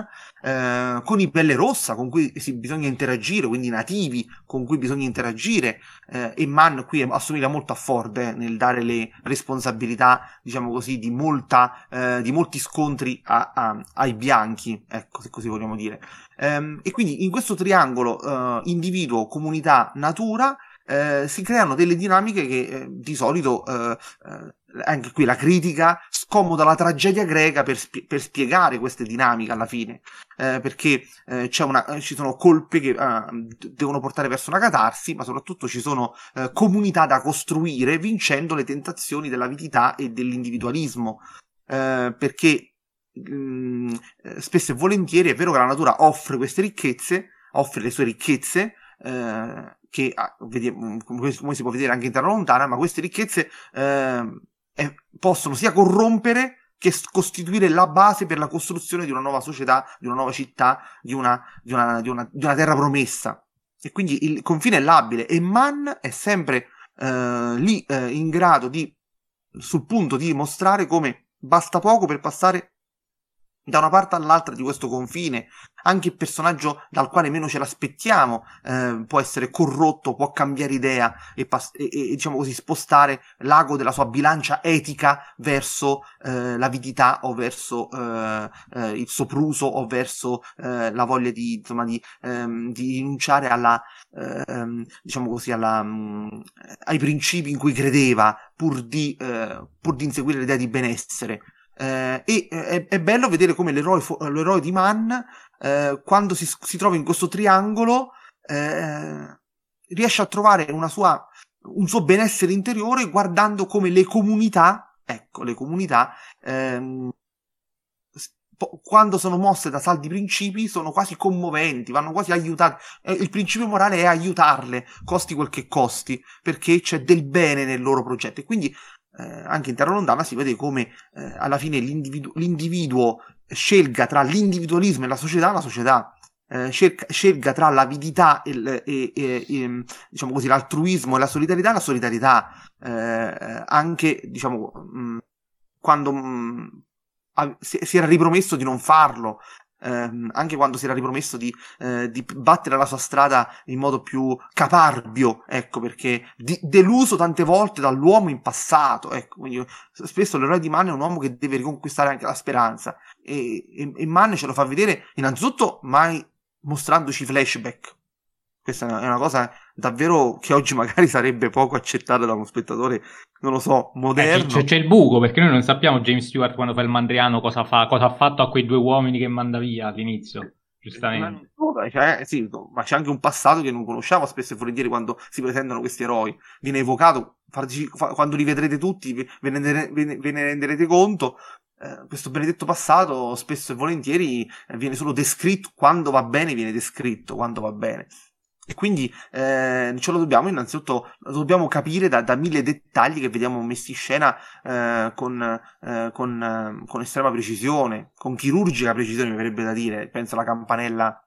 eh, con i Pelle Rossa con cui si, bisogna interagire, quindi i nativi con cui bisogna interagire, eh, e Mann qui assomiglia molto a Ford eh, nel dare le responsabilità, diciamo così, di molta eh, di molti scontri a, a, ai bianchi, ecco, se così vogliamo dire. Um, e quindi in questo triangolo uh, individuo, comunità, natura, eh, si creano delle dinamiche che eh, di solito eh, eh, anche qui la critica scomoda la tragedia greca per, spie- per spiegare queste dinamiche alla fine, eh, perché eh, c'è una, ci sono colpe che eh, devono portare verso una catarsi, ma soprattutto ci sono eh, comunità da costruire vincendo le tentazioni dell'avidità e dell'individualismo, eh, perché mh, spesso e volentieri è vero che la natura offre queste ricchezze, offre le sue ricchezze, eh, che ah, vediamo, come, come si può vedere anche in Terra Lontana, ma queste ricchezze eh, eh, possono sia corrompere che costituire la base per la costruzione di una nuova società, di una nuova città, di una, di una, di una, di una terra promessa. E quindi il confine è labile e Mann è sempre eh, lì eh, in grado di, sul punto di mostrare come basta poco per passare da una parte all'altra di questo confine. Anche il personaggio dal quale meno ce l'aspettiamo eh, può essere corrotto, può cambiare idea e, pass- e, e diciamo così spostare l'ago della sua bilancia etica verso eh, l'avidità o verso eh, eh, il sopruso o verso eh, la voglia di, insomma, di, ehm, di rinunciare alla ehm, diciamo così alla, mh, ai principi in cui credeva pur di, eh, pur di inseguire l'idea di benessere. Eh, e eh, è bello vedere come l'eroe, l'eroe di Mann eh, quando si, si trova in questo triangolo eh, riesce a trovare una sua, un suo benessere interiore guardando come le comunità, ecco le comunità ehm, quando sono mosse da saldi principi sono quasi commoventi, vanno quasi aiutati. Eh, il principio morale è aiutarle, costi quel che costi, perché c'è del bene nel loro progetto. E quindi eh, anche in Terra Lontana si vede come eh, alla fine l'individu- l'individuo scelga tra l'individualismo e la società, la società eh, scelga, scelga tra l'avidità e, e, e, e diciamo così l'altruismo e la solidarietà, la solidarietà eh, anche diciamo mh, quando mh, si, si era ripromesso di non farlo. Ehm, anche quando si era ripromesso di, eh, di battere la sua strada in modo più caparbio, ecco, perché di, deluso tante volte dall'uomo in passato, ecco, quindi spesso l'eroe di Mann è un uomo che deve riconquistare anche la speranza e, e, e Mann ce lo fa vedere innanzitutto mai mostrandoci flashback. Questa è una, è una cosa davvero che oggi magari sarebbe poco accettata da uno spettatore, non lo so, moderno. Eh, c'è, c'è il buco, perché noi non sappiamo James Stewart quando fa il Mandriano cosa fa, cosa ha fatto a quei due uomini che manda via all'inizio, giustamente. Ma, cioè, sì, ma c'è anche un passato che non conosciamo spesso e volentieri quando si presentano questi eroi. Viene evocato, quando li vedrete tutti ve ne, ve ne, ve ne renderete conto. Eh, questo benedetto passato spesso e volentieri viene solo descritto, quando va bene viene descritto, quando va bene. E quindi eh, ce lo dobbiamo innanzitutto lo dobbiamo capire da, da mille dettagli che vediamo messi in scena eh, con, eh, con, eh, con estrema precisione, con chirurgica precisione mi verrebbe da dire. Penso alla campanella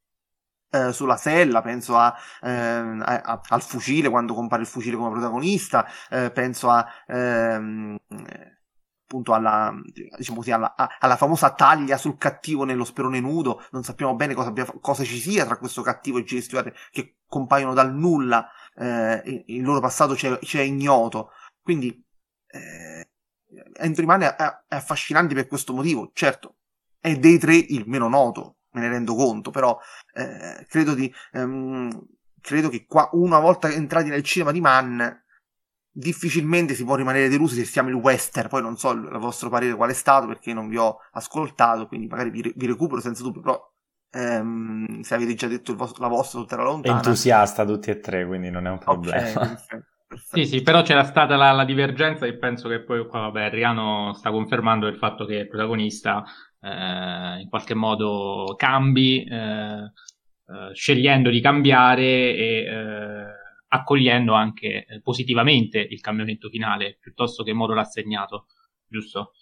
eh, sulla sella, penso a, eh, a, a, al fucile quando compare il fucile come protagonista, eh, penso a ehm, appunto alla, diciamo così, alla, alla famosa taglia sul cattivo nello sperone nudo. Non sappiamo bene cosa, abbia, cosa ci sia tra questo cattivo e James Stewart, che compaiono dal nulla, eh, il loro passato ci è, ci è ignoto. Quindi eh, Anthony Mann è, è affascinante per questo motivo. Certo, è dei tre il meno noto, me ne rendo conto, però eh, credo di ehm, credo che qua, una volta entrati nel cinema di Mann, difficilmente si può rimanere delusi se siamo il western. Poi non so il vostro parere qual è stato, perché non vi ho ascoltato, quindi magari vi, vi recupero senza dubbio, però ehm, se avete già detto il vostro, la vostra su Terra Lontana. Entusiasta tutti e tre, quindi non è un problema. Okay, perfetto, perfetto. Sì, sì, però c'era stata la, la divergenza e penso che poi qua, vabbè, Riano sta confermando il fatto che il protagonista eh, in qualche modo cambi, eh, eh, scegliendo di cambiare e eh, accogliendo anche eh, positivamente il cambiamento finale, piuttosto che in modo rassegnato, giusto?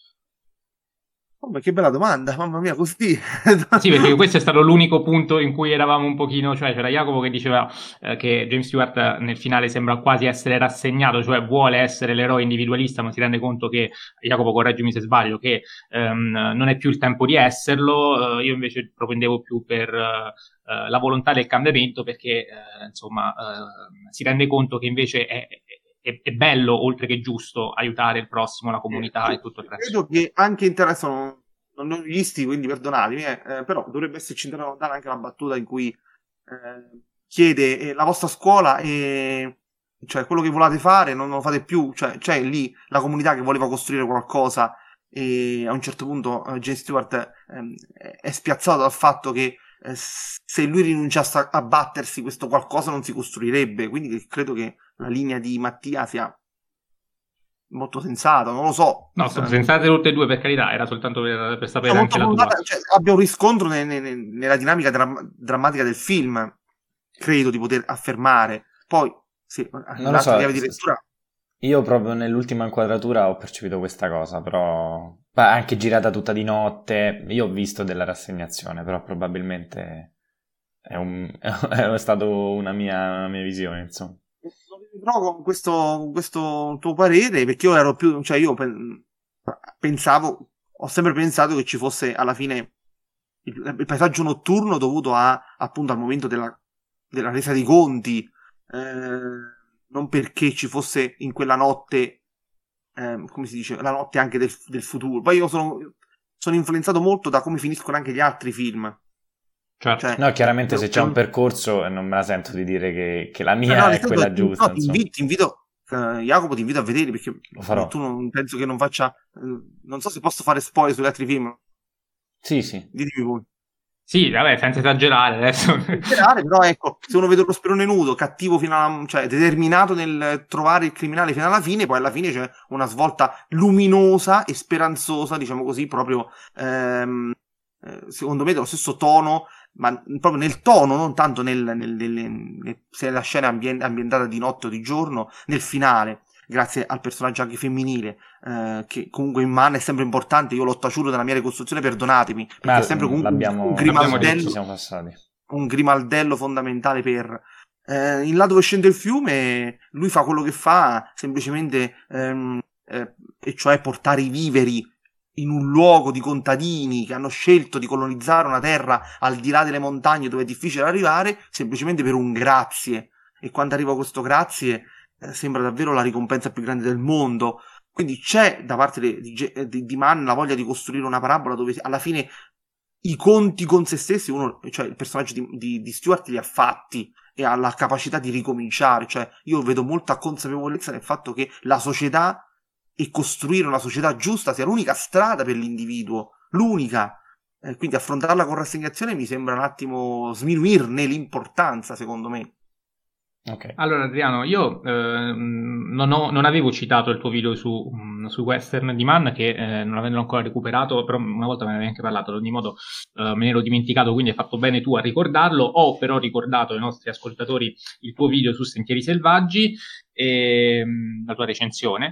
Oh, ma che bella domanda, mamma mia, così. Sì, perché questo è stato l'unico punto in cui eravamo un pochino, cioè c'era Jacopo che diceva eh, che James Stewart nel finale sembra quasi essere rassegnato, cioè vuole essere l'eroe individualista, ma si rende conto che, Jacopo correggimi se sbaglio, che ehm, non è più il tempo di esserlo. eh, io invece propendevo più per eh, la volontà del cambiamento, perché eh, insomma eh, si rende conto che invece è, è, è bello, oltre che giusto, aiutare il prossimo, la comunità sì, e tutto il resto. Credo che anche in Terra sono non ne ho visti, quindi perdonatemi, eh, eh, però dovrebbe esserci in Terra Lontana anche la battuta in cui eh, chiede eh, la vostra scuola è, cioè quello che volevate fare non lo fate più, cioè c'è lì la comunità che voleva costruire qualcosa e a un certo punto uh, James Stewart ehm, è spiazzato dal fatto che eh, se lui rinunciasse a, a battersi questo qualcosa non si costruirebbe, quindi credo che la linea di Mattia sia molto sensata, non lo so. No, sono sensate tutte e due, per carità, era soltanto per, per sapere Sono anche la fondata, tua. cioè, abbia un riscontro ne, ne, ne, nella dinamica dra- drammatica del film, credo di poter affermare. Poi, se Non lo so, chiave di lettura... io proprio nell'ultima inquadratura ho percepito questa cosa, però anche girata tutta di notte, io ho visto della rassegnazione, però probabilmente è, un, è stato una mia, una mia visione, insomma. Però con questo, con questo tuo parere, perché io ero più, cioè io pensavo, ho sempre pensato che ci fosse alla fine il, il paesaggio notturno dovuto a, appunto al momento della, della resa dei conti, eh, non perché ci fosse in quella notte, eh, come si dice, la notte anche del, del futuro. Poi io sono, sono influenzato molto da come finiscono anche gli altri film. Certo. Cioè, no, chiaramente se c'è un percorso non me la sento di dire che, che la mia no, no, è quella ti, giusta. No, ti invito, ti invito uh, Jacopo, ti invito a vedere perché lo farò. Tu non penso che non faccia. Uh, non so se posso fare spoiler sugli altri film. Sì, sì. Ditemi voi. Sì, vabbè, senza esagerare adesso. Esagerare, però ecco, se uno vede lo sperone nudo, cattivo fino alla, cioè determinato nel trovare il criminale fino alla fine, poi alla fine c'è una svolta luminosa e speranzosa, diciamo così, proprio ehm, secondo me dello stesso tono, ma proprio nel tono, non tanto nel, nel, nel, nel se la scena è ambien- ambientata di notte o di giorno, nel finale, grazie al personaggio anche femminile, eh, che comunque in mano è sempre importante. Io l'ho taciuto nella mia ricostruzione, perdonatemi, perché ma è sempre comunque un grimaldello, siamo passati. un grimaldello fondamentale per... Eh, in là dove scende il fiume, lui fa quello che fa, semplicemente, ehm, eh, e cioè portare i viveri in un luogo di contadini che hanno scelto di colonizzare una terra al di là delle montagne dove è difficile arrivare, semplicemente per un grazie. E quando arriva questo grazie, eh, sembra davvero la ricompensa più grande del mondo. Quindi c'è da parte di, di, di Mann la voglia di costruire una parabola dove alla fine i conti con se stessi, uno, cioè il personaggio di, di, di Stewart li ha fatti e ha la capacità di ricominciare. Cioè io vedo molta consapevolezza nel fatto che la società e costruire una società giusta sia l'unica strada per l'individuo, l'unica. Eh, quindi affrontarla con rassegnazione mi sembra un attimo sminuirne l'importanza, secondo me. Okay. Allora Adriano, io eh, non, ho, non avevo citato il tuo video su, um, su Western di Mann, che eh, non avendolo ancora recuperato, però una volta me ne avevi anche parlato, ad ogni modo eh, me ne ero dimenticato, quindi hai fatto bene tu a ricordarlo. Ho però ricordato ai nostri ascoltatori il tuo video su Sentieri Selvaggi e um, la tua recensione.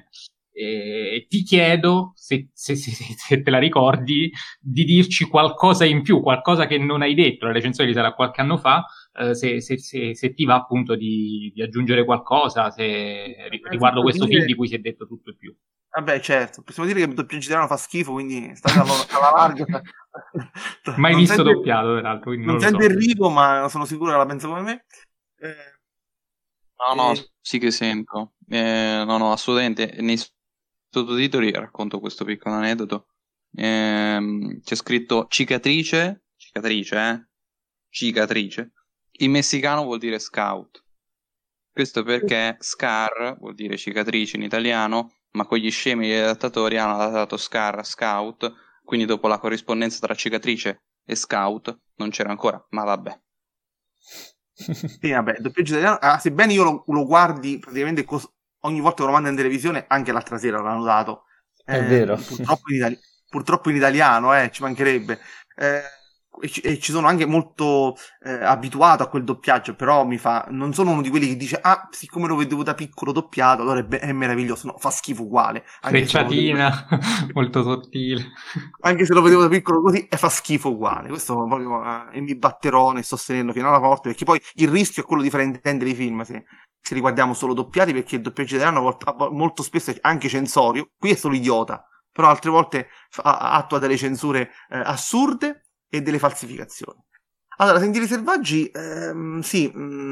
E ti chiedo, se, se, se, se te la ricordi, di dirci qualcosa in più, qualcosa che non hai detto. La recensione sarà qualche anno fa, eh, se, se, se, se ti va appunto di, di aggiungere qualcosa se, riguardo questo dire... film di cui si è detto tutto e più. Vabbè, certo, possiamo dire che il doppiaggio italiano fa schifo, quindi state alla, alla larga. Mai non visto sente, doppiato, peraltro. Non, non sente so. Enrico, ma sono sicuro che la pensa come me. Eh, no, no, eh... sì che sento. Eh, no, no, assolutamente. Nei sottotitoli racconto questo piccolo aneddoto. Ehm, c'è scritto cicatrice, cicatrice, eh? Cicatrice. In messicano vuol dire scout. Questo perché scar vuol dire cicatrice in italiano, ma con gli scemi degli adattatori hanno adattato scar a scout, quindi dopo la corrispondenza tra cicatrice e scout non c'era ancora, ma vabbè. Sì, vabbè, il doppiaggio italiano, ah, sebbene io lo, lo guardi praticamente cos- ogni volta che lo mando in televisione, anche l'altra sera l'hanno dato. È eh, vero. Purtroppo in, itali- purtroppo in italiano, eh, ci mancherebbe. Eh, e, ci, e ci sono anche molto eh, abituato a quel doppiaggio, però mi fa... Non sono uno di quelli che dice, ah, siccome lo vedevo da piccolo doppiato, allora è, be- è meraviglioso. No, fa schifo uguale. Frecciatina, vedevo... molto sottile. Anche se lo vedevo da piccolo così, e fa schifo uguale. Questo proprio... Eh, e mi batterò nel sostenerlo fino alla morte, perché poi il rischio è quello di fraintendere i film, se... se riguardiamo solo doppiati, perché il doppiaggio italiano molto spesso è anche censorio. Qui è solo idiota, però altre volte attua delle censure eh, assurde e delle falsificazioni. Allora, Sentieri Selvaggi, ehm, sì, mh,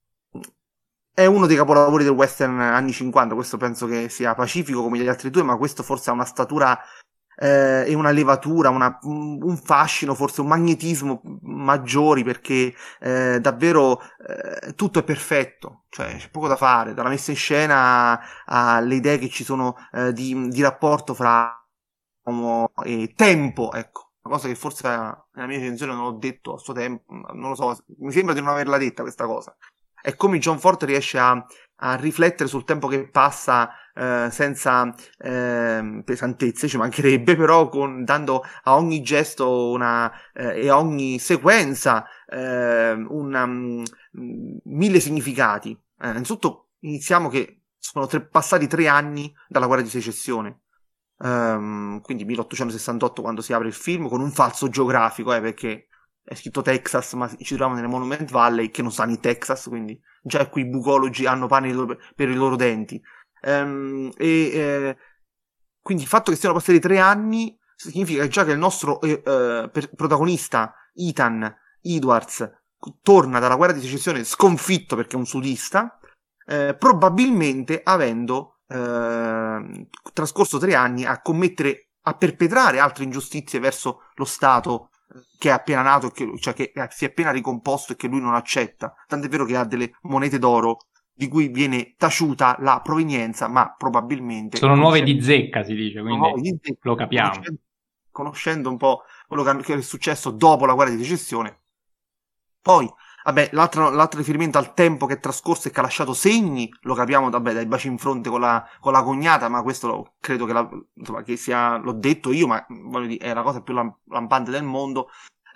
è uno dei capolavori del western anni cinquanta. Questo penso che sia pacifico come gli altri due, ma questo forse ha una statura eh, e una levatura, una, un, un fascino, forse un magnetismo maggiori, perché eh, davvero eh, tutto è perfetto, cioè c'è poco da fare, dalla messa in scena alle idee che ci sono eh, di, di rapporto fra uomo e tempo, ecco, una cosa che forse nella mia recensione non ho detto a suo tempo, non lo so, mi sembra di non averla detta questa cosa. È come John Ford riesce a, a riflettere sul tempo che passa eh, senza eh, pesantezze, ci mancherebbe, però con, dando a ogni gesto una, eh, e a ogni sequenza eh, una, um, mille significati. Eh, innanzitutto iniziamo che sono tre, passati tre anni dalla guerra di secessione. Um, quindi milleottocentosessantotto quando si apre il film, con un falso geografico, eh, perché è scritto Texas ma ci troviamo nelle Monument Valley che non stanno in Texas, quindi già qui i bucologi hanno pane per i loro denti. Um, e eh, quindi il fatto che siano passati tre anni significa già che il nostro eh, eh, per, protagonista Ethan Edwards torna dalla guerra di secessione sconfitto perché è un sudista, eh, probabilmente avendo eh, trascorso tre anni a commettere, a perpetrare altre ingiustizie verso lo Stato che è appena nato, che, cioè che si è appena ricomposto e che lui non accetta, tant'è vero che ha delle monete d'oro di cui viene taciuta la provenienza, ma probabilmente sono nuove di zecca, si dice, quindi di zecca, lo capiamo, conoscendo, conoscendo un po' quello che è successo dopo la guerra di secessione. Poi vabbè, l'altro, l'altro riferimento al tempo che è trascorso e che ha lasciato segni, lo capiamo vabbè, dai baci in fronte con la, con la cognata, ma questo lo, credo che, la, insomma, che sia, l'ho detto io, ma voglio dire, è la cosa più lampante del mondo.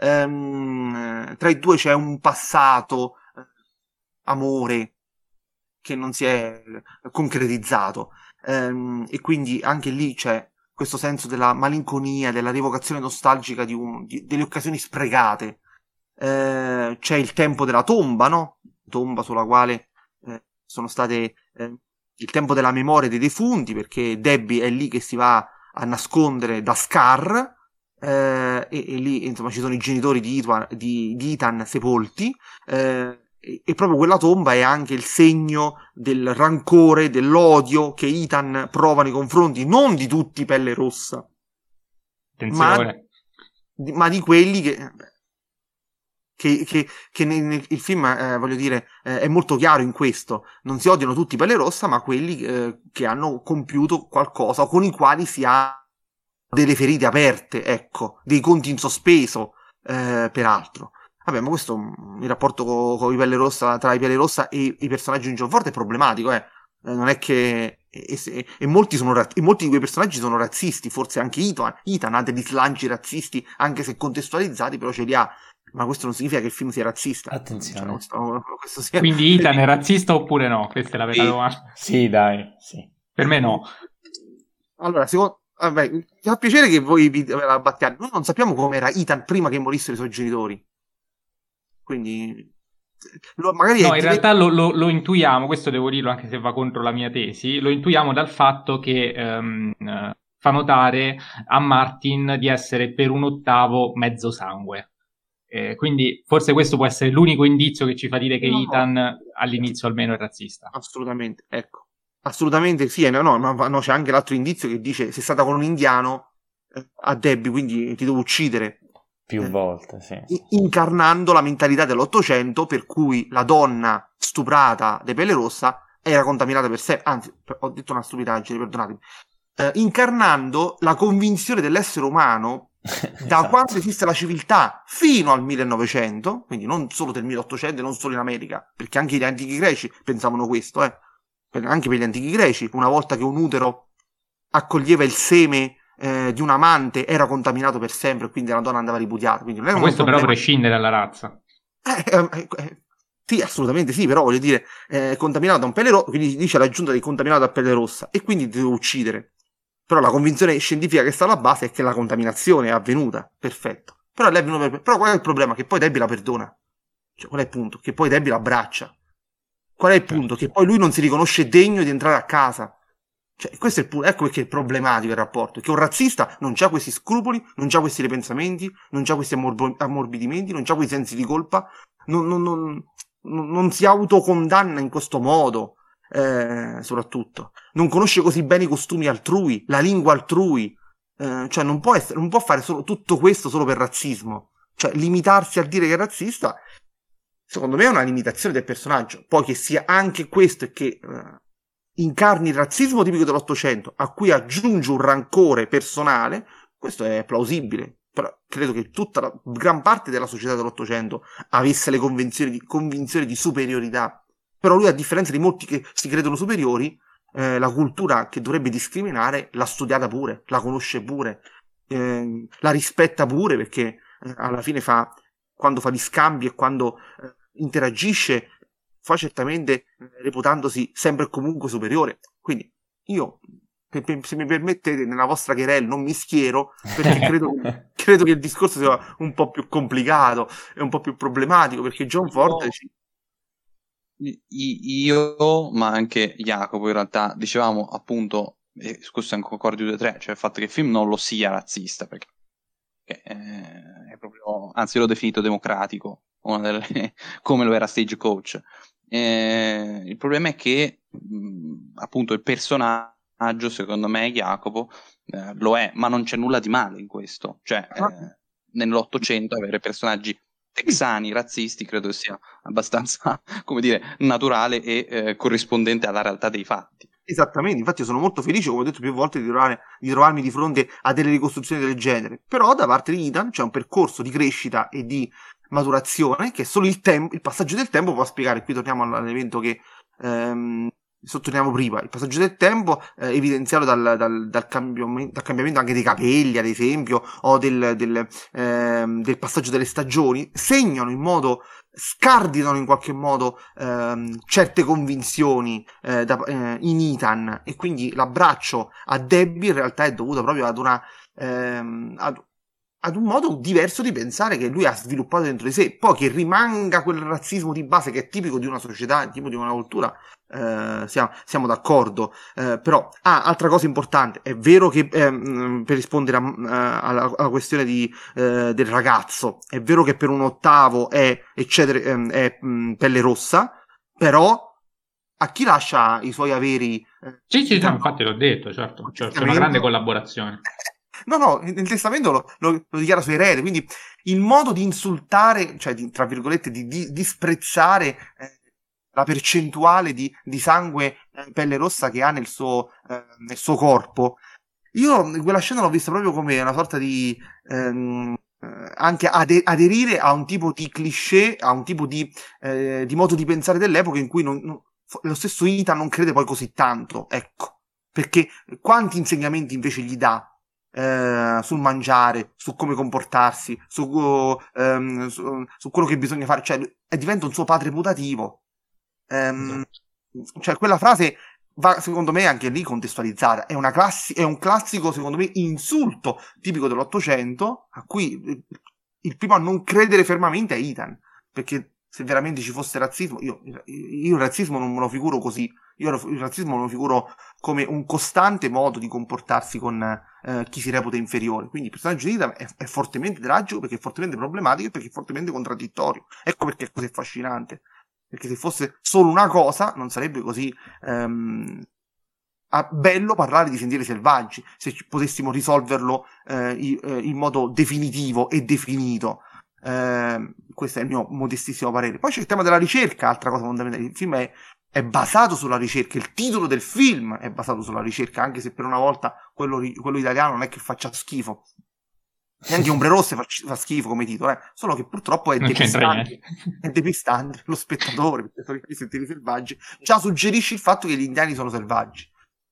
Ehm, tra i due c'è un passato, eh, amore, che non si è concretizzato, ehm, e quindi anche lì c'è questo senso della malinconia, della rievocazione nostalgica di un, di, delle occasioni sprecate. Eh, c'è il tempo della tomba, no? Tomba sulla quale eh, sono state eh, il tempo della memoria dei defunti, perché Debbie è lì che si va a nascondere da Scar, eh, e, e lì insomma ci sono i genitori di Ethan, di, di Ethan sepolti, eh, e, e proprio quella tomba è anche il segno del rancore, dell'odio che Ethan prova nei confronti non di tutti Pelle Rossa, ma di, ma di quelli che Che, che, che nel, nel il film, eh, voglio dire, eh, è molto chiaro in questo. Non si odiano tutti Pelle Rossa, ma quelli eh, che hanno compiuto qualcosa o con i quali si ha delle ferite aperte, ecco, dei conti in sospeso, eh, peraltro. Vabbè, ma questo, il rapporto con co i Pelle Rossa, tra i Pelle Rossa e i personaggi di John Ford è problematico, eh. Eh, non è che e, e, e molti sono e molti di quei personaggi sono razzisti, forse anche Ethan, Ethan ha degli slanci razzisti, anche se contestualizzati, però ce li ha. Ma questo non significa che il film sia razzista. Attenzione. Cioè, questo, questo sia... Quindi Ethan è razzista oppure no? Questa è la vera domanda. Sì, dai, sì. Per me no. Allora, secondo... Vabbè, mi fa piacere che voi vi la battiate. Noi non sappiamo come era Ethan prima che morissero i suoi genitori. Quindi... Lo, magari no, è... in realtà lo, lo, lo intuiamo, questo devo dirlo anche se va contro la mia tesi, lo intuiamo dal fatto che... Um, uh, fa notare a Martin di essere per un ottavo mezzo sangue. Eh, quindi forse questo può essere l'unico indizio che ci fa dire che no, Ethan all'inizio almeno è razzista. Assolutamente, ecco. Assolutamente sì, no, no, ma no, c'è anche l'altro indizio che dice sei stata con un indiano eh, a Debbie, quindi ti devo uccidere. Più eh, volte, sì. Incarnando la mentalità dell'Ottocento per cui la donna stuprata di Pelle Rossa era contaminata per sé, anzi, ho detto una stupidaggine, perdonatemi. Eh, incarnando la convinzione dell'essere umano esatto. Da quando esiste la civiltà fino al millenovecento, quindi non solo del milleottocento e non solo in America, perché anche gli antichi greci pensavano questo, eh. Anche per gli antichi greci, una volta che un utero accoglieva il seme eh, di un amante era contaminato per sempre e quindi la donna andava ripudiata. Quindi non era Ma questo problema... però prescinde dalla razza. Eh, eh, eh, sì, assolutamente sì, però voglio dire, eh, contaminato da un pelle rossa, quindi dice l'aggiunta di contaminato da pelle rossa e quindi ti devo uccidere. Però la convinzione scientifica che sta alla base è che la contaminazione è avvenuta, perfetto. Però, lei è avvenuta per... però qual è il problema? Che poi Debbie la perdona. Cioè, qual è il punto? Che poi Debbie la abbraccia. Qual è il punto? Che poi lui non si riconosce degno di entrare a casa. Cioè, questo è il punto. Ecco perché è problematico il rapporto. Che un razzista non c'ha questi scrupoli, non c'ha questi ripensamenti, non c'ha questi ammorb- ammorbidimenti, non c'ha quei sensi di colpa, non, non, non, non si autocondanna in questo modo. Eh, soprattutto non conosce così bene i costumi altrui, la lingua altrui, eh, cioè non può essere, non può fare solo tutto questo solo per razzismo, cioè limitarsi a dire che è razzista, secondo me è una limitazione del personaggio. Poi che sia anche questo e che eh, incarni il razzismo tipico dell'Ottocento, a cui aggiunge un rancore personale, questo è plausibile. Però credo che tutta la gran parte della società dell'Ottocento avesse le convinzioni di, convinzioni di superiorità. Però lui, a differenza di molti che si credono superiori, eh, la cultura che dovrebbe discriminare l'ha studiata pure, la conosce pure, eh, la rispetta pure, perché eh, alla fine fa, quando fa gli scambi e quando eh, interagisce, fa certamente eh, reputandosi sempre e comunque superiore. Quindi io, se mi permettete, nella vostra querel non mi schiero, perché credo, credo che il discorso sia un po' più complicato e un po' più problematico, perché John Ford io, ci... io, ma anche Jacopo in realtà, dicevamo appunto, e questo è un concordi tutti e tre, cioè il fatto che il film non lo sia razzista, perché è, è proprio, anzi l'ho definito democratico, una delle, come lo era Stagecoach. Eh, il problema è che mh, appunto il personaggio, secondo me, Jacopo, eh, lo è, ma non c'è nulla di male in questo, cioè eh, nell'Ottocento avere personaggi texani razzisti credo sia abbastanza, come dire, naturale e eh, corrispondente alla realtà dei fatti. Esattamente, infatti io sono molto felice, come ho detto più volte, di, trovare, di trovarmi di fronte a delle ricostruzioni del genere. Però da parte di Ethan c'è un percorso di crescita e di maturazione che solo il tempo, il passaggio del tempo può spiegare. Qui torniamo all'evento che ehm, sottolineiamo prima, il passaggio del tempo eh, evidenziato dal, dal, dal, cambiamento, dal cambiamento anche dei capelli, ad esempio, o del, del, ehm, del passaggio delle stagioni, segnano in modo, scardinano in qualche modo ehm, certe convinzioni eh, da, eh, in Ethan, e quindi l'abbraccio a Debbie in realtà è dovuto proprio ad una ehm, ad, ad un modo diverso di pensare che lui ha sviluppato dentro di sé. Poi che rimanga quel razzismo di base che è tipico di una società, tipico di una cultura, eh, siamo, siamo d'accordo. Eh, però, ah, altra cosa importante, è vero che, ehm, per rispondere a, a, alla, alla questione di, eh, del ragazzo, è vero che per un ottavo è, eccetera, ehm, è mh, pelle rossa, però a chi lascia i suoi averi? Eh, sì, sì, Ethan, no, infatti l'ho detto, certo, certo, c'è una testamento. grande collaborazione. No, no, nel testamento lo, lo, lo dichiara suo erede, quindi il modo di insultare, cioè di, tra virgolette, di, di disprezzare eh, la percentuale di, di sangue eh, pelle rossa che ha nel suo, eh, nel suo corpo, io quella scena l'ho vista proprio come una sorta di ehm, eh, anche ade- aderire a un tipo di cliché, a un tipo di, eh, di modo di pensare dell'epoca in cui non, non, lo stesso Ethan non crede poi così tanto, ecco, perché quanti insegnamenti invece gli dà Eh, sul mangiare, su come comportarsi, su, ehm, su, su quello che bisogna fare, cioè diventa un suo padre putativo. Ehm, esatto. Cioè quella frase va, secondo me, anche lì contestualizzata. È, una classi- è un classico, secondo me, insulto tipico dell'Ottocento, a cui il primo a non credere fermamente è Ethan, perché se veramente ci fosse razzismo, io, io il razzismo non me lo figuro così. Io il razzismo me lo figuro come un costante modo di comportarsi con eh, chi si reputa inferiore. Quindi il personaggio di Ethan è, è fortemente tragico, perché è fortemente problematico e perché è fortemente contraddittorio. Ecco perché è così affascinante. Perché se fosse solo una cosa non sarebbe così ehm, bello parlare di sentieri selvaggi, se potessimo risolverlo eh, in modo definitivo e definito. Eh, questo è il mio modestissimo parere. Poi c'è il tema della ricerca, altra cosa fondamentale. Il film è è basato sulla ricerca, il titolo del film è basato sulla ricerca, anche se per una volta quello, quello italiano non è che faccia schifo, neanche Ombre Rosse fa, fa schifo come titolo, eh. Solo che purtroppo è depistante, è depistante lo spettatore, perché i sentieri selvaggi già suggerisce il fatto che gli indiani sono selvaggi,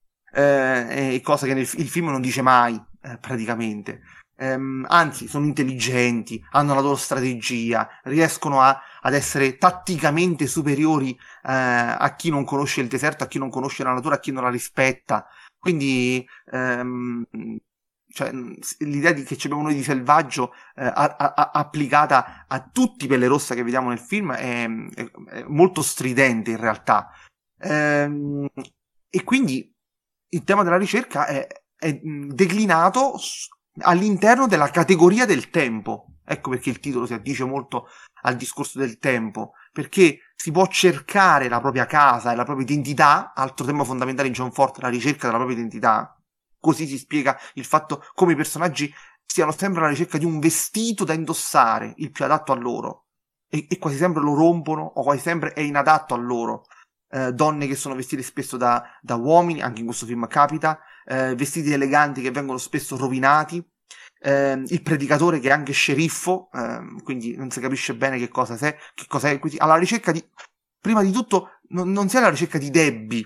eh, cosa che nel, il film non dice mai, eh, praticamente. Um, anzi, sono intelligenti, hanno la loro strategia, riescono a, ad essere tatticamente superiori uh, a chi non conosce il deserto, a chi non conosce la natura, a chi non la rispetta. Quindi um, cioè, l'idea di che abbiamo noi di selvaggio uh, a, a, applicata a tutti i pelle rossa che vediamo nel film è, è, è molto stridente in realtà. Um, e quindi il tema della ricerca è, è declinato all'interno della categoria del tempo. Ecco perché il titolo si addice molto al discorso del tempo, perché si può cercare la propria casa e la propria identità, altro tema fondamentale in John Ford, la ricerca della propria identità, così si spiega il fatto come i personaggi stiano sempre alla ricerca di un vestito da indossare, il più adatto a loro, e, e quasi sempre lo rompono, o quasi sempre è inadatto a loro. Eh, donne che sono vestite spesso da, da uomini, anche in questo film capita, eh, vestiti eleganti che vengono spesso rovinati, eh, il predicatore che è anche sceriffo, eh, quindi non si capisce bene che cosa è, che cosa è, alla ricerca di, prima di tutto, non, non si è alla ricerca di Debbie,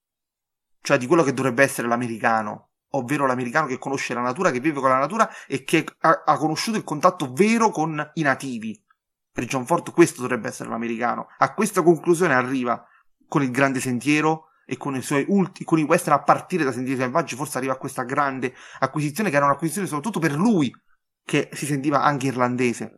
cioè di quello che dovrebbe essere l'americano, ovvero l'americano che conosce la natura, che vive con la natura e che ha, ha conosciuto il contatto vero con i nativi. Per John Ford questo dovrebbe essere l'americano. A questa conclusione arriva con il Grande Sentiero e con i suoi ultimi, con i western a partire da Sentieri Selvaggi, forse arriva a questa grande acquisizione, che era un'acquisizione soprattutto per lui, che si sentiva anche irlandese.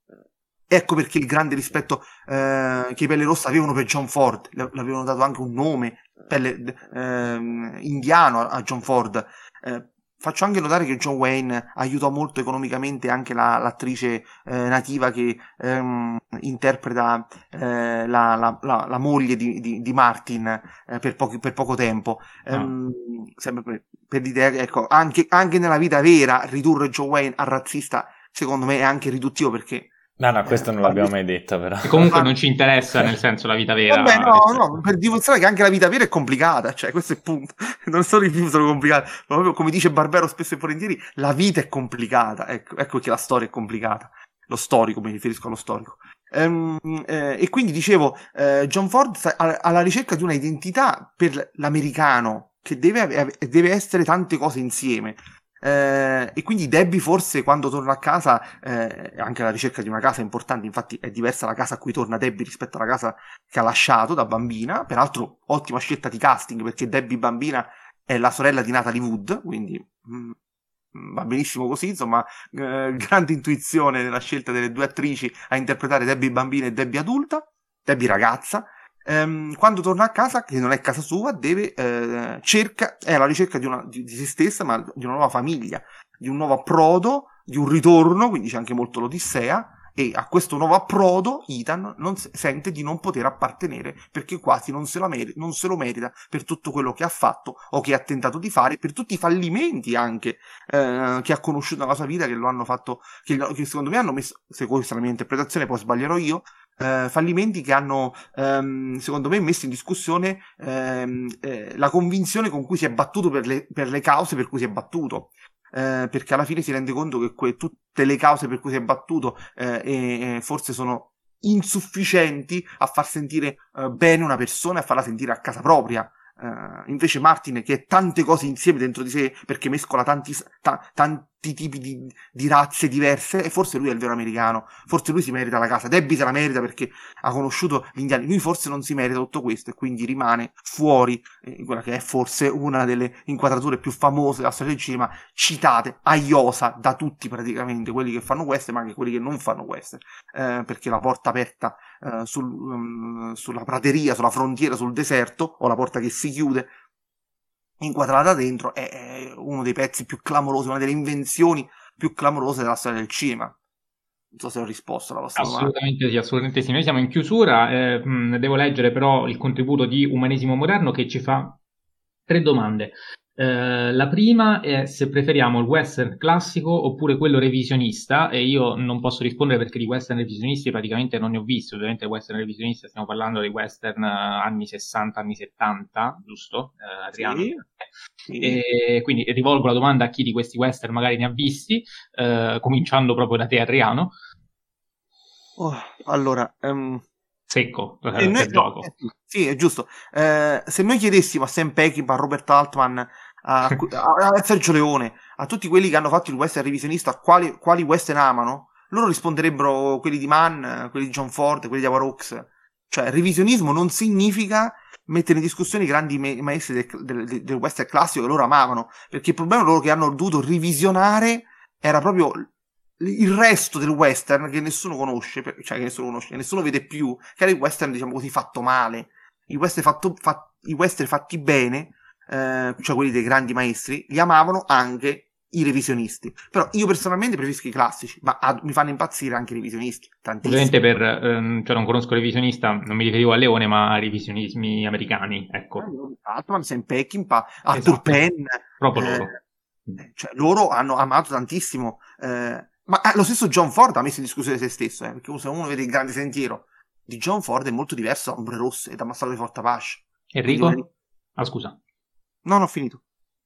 Ecco perché il grande rispetto eh, che i Pelle Rossa avevano per John Ford, l'avevano dato anche un nome pelle, eh, indiano a John Ford. Eh, faccio anche notare che John Wayne aiutò molto economicamente anche la, l'attrice eh, nativa che ehm, interpreta eh, la, la, la, la moglie di, di, di Martin eh, per, pochi, per poco tempo. Ehm, ah. Sempre per, per l'idea, ecco, anche, anche nella vita vera ridurre John Wayne a razzista secondo me è anche riduttivo, perché No, no, questo non l'abbiamo mai detto, però. E comunque non ci interessa, nel senso, la vita vera. Vabbè, no, no, per dimostrare che anche la vita vera è complicata, cioè, questo è il punto. Non solo i film sono complicati, ma proprio come dice Barbero spesso e volentieri, la vita è complicata, ecco, ecco che la storia è complicata. Lo storico, mi riferisco allo storico. Ehm, eh, e quindi dicevo, eh, John Ford sta alla ricerca di una identità per l'americano, che deve, deve essere tante cose insieme. Eh, e quindi Debbie forse quando torna a casa eh, anche alla ricerca di una casa importante, infatti è diversa la casa a cui torna Debbie rispetto alla casa che ha lasciato da bambina, peraltro ottima scelta di casting perché Debbie bambina è la sorella di Natalie Wood, quindi mh, va benissimo così, insomma eh, grande intuizione nella scelta delle due attrici a interpretare Debbie bambina e Debbie adulta, Debbie ragazza. Um, quando torna a casa, che non è casa sua, deve eh, cerca, è alla ricerca di, una, di, di se stessa, ma di una nuova famiglia, di un nuovo approdo, di un ritorno, quindi c'è anche molto l'Odissea, e a questo nuovo approdo Ethan non se, sente di non poter appartenere, perché quasi non se, la mer- non se lo merita per tutto quello che ha fatto o che ha tentato di fare, per tutti i fallimenti anche eh, che ha conosciuto nella sua vita, che lo hanno fatto, che, che secondo me hanno messo, se questa è la mia interpretazione, poi sbaglierò io, Uh, fallimenti che hanno um, secondo me messo in discussione um, eh, la convinzione con cui si è battuto per le, per le cause per cui si è battuto, uh, perché alla fine si rende conto che que- tutte le cause per cui si è battuto uh, e, e forse sono insufficienti a far sentire uh, bene una persona e a farla sentire a casa propria. Uh, invece Martin, che è tante cose insieme dentro di sé, perché mescola tanti, ta- tanti tipi di, di razze diverse, e forse lui è il vero americano, forse lui si merita la casa. Debbie se la merita perché ha conosciuto gli indiani, lui forse non si merita tutto questo e quindi rimane fuori eh, quella che è forse una delle inquadrature più famose della storia del cinema, citate a iosa da tutti praticamente, quelli che fanno western ma anche quelli che non fanno western, eh, perché la porta aperta uh, sul, um, sulla prateria, sulla frontiera, sul deserto, o la porta che si chiude inquadrata dentro, è uno dei pezzi più clamorosi, una delle invenzioni più clamorose della storia del cinema. Non so se ho risposto alla vostra domanda. Assolutamente sì, assolutamente sì. Noi siamo in chiusura, eh, mh, devo leggere però il contributo di Umanesimo Moderno che ci fa tre domande. Eh, la prima è se preferiamo il western classico oppure quello revisionista, e io non posso rispondere perché di western revisionisti praticamente non ne ho visti. Ovviamente western revisionista stiamo parlando dei western uh, anni sessanta, anni settanta, giusto? Eh, Adriano? Sì, sì. E quindi rivolgo la domanda a chi di questi western magari ne ha visti, eh, cominciando proprio da te, Adriano. Oh, allora um... secco eh, per noi, gioco. No, eh, sì, è giusto. Eh, se noi chiedessimo a Sam Peckinpah, a Robert Altman, a, a, a Sergio Leone, a tutti quelli che hanno fatto il western revisionista, quali, quali western amano, loro risponderebbero quelli di Mann, quelli di John Ford, quelli di Howard Hawks. Cioè, revisionismo non significa mettere in discussione i grandi ma- maestri del, del, del western classico che loro amavano, perché il problema loro che hanno dovuto revisionare era proprio il resto del western che nessuno conosce, cioè che nessuno conosce, che nessuno vede più, che era il western, diciamo così, fatto male. I western, fatto, fa, i western fatti bene, eh, cioè quelli dei grandi maestri, li amavano anche i revisionisti. Però io personalmente preferisco i classici, ma ah, mi fanno impazzire anche i revisionisti, tantissimo. Ovviamente per, ehm, cioè non conosco revisionista, non mi riferivo a Leone, ma a revisionismi americani, ecco. Altman, Sam Peckinpah, Arthur Esatto. Penn, Proprio eh, loro. cioè loro hanno amato tantissimo, eh, ma eh, lo stesso John Ford ha messo in discussione se stesso, eh, perché se uno vede il grande sentiero di John Ford è molto diverso da Ombre Rosse e da Massacro di Fort Apache. Enrico? Quindi... Ah, scusa. No, non ho finito.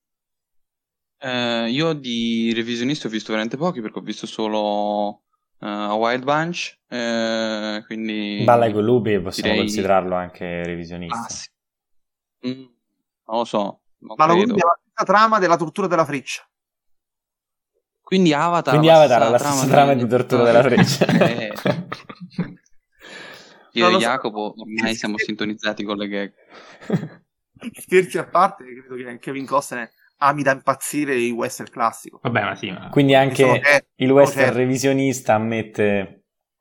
Eh, io di revisionisti ho visto veramente pochi perché ho visto solo uh, a Wild Bunch, eh, quindi Balla con lupi possiamo direi... considerarlo anche revisionista. Ah, sì. mm, non lo so, non Ma credo. quindi è la stessa trama della tortura della freccia. Quindi Avatar, Quindi la Avatar ha la stessa stessa trama di tortura della freccia. Eh. Io Non e lo so. Jacopo ormai siamo sintonizzati con le gag. Scherzi a parte, credo che Kevin Costner ami da impazzire il western classico. Vabbè, ma sì. Ma... Quindi anche sono certo, il western certo. revisionista ammette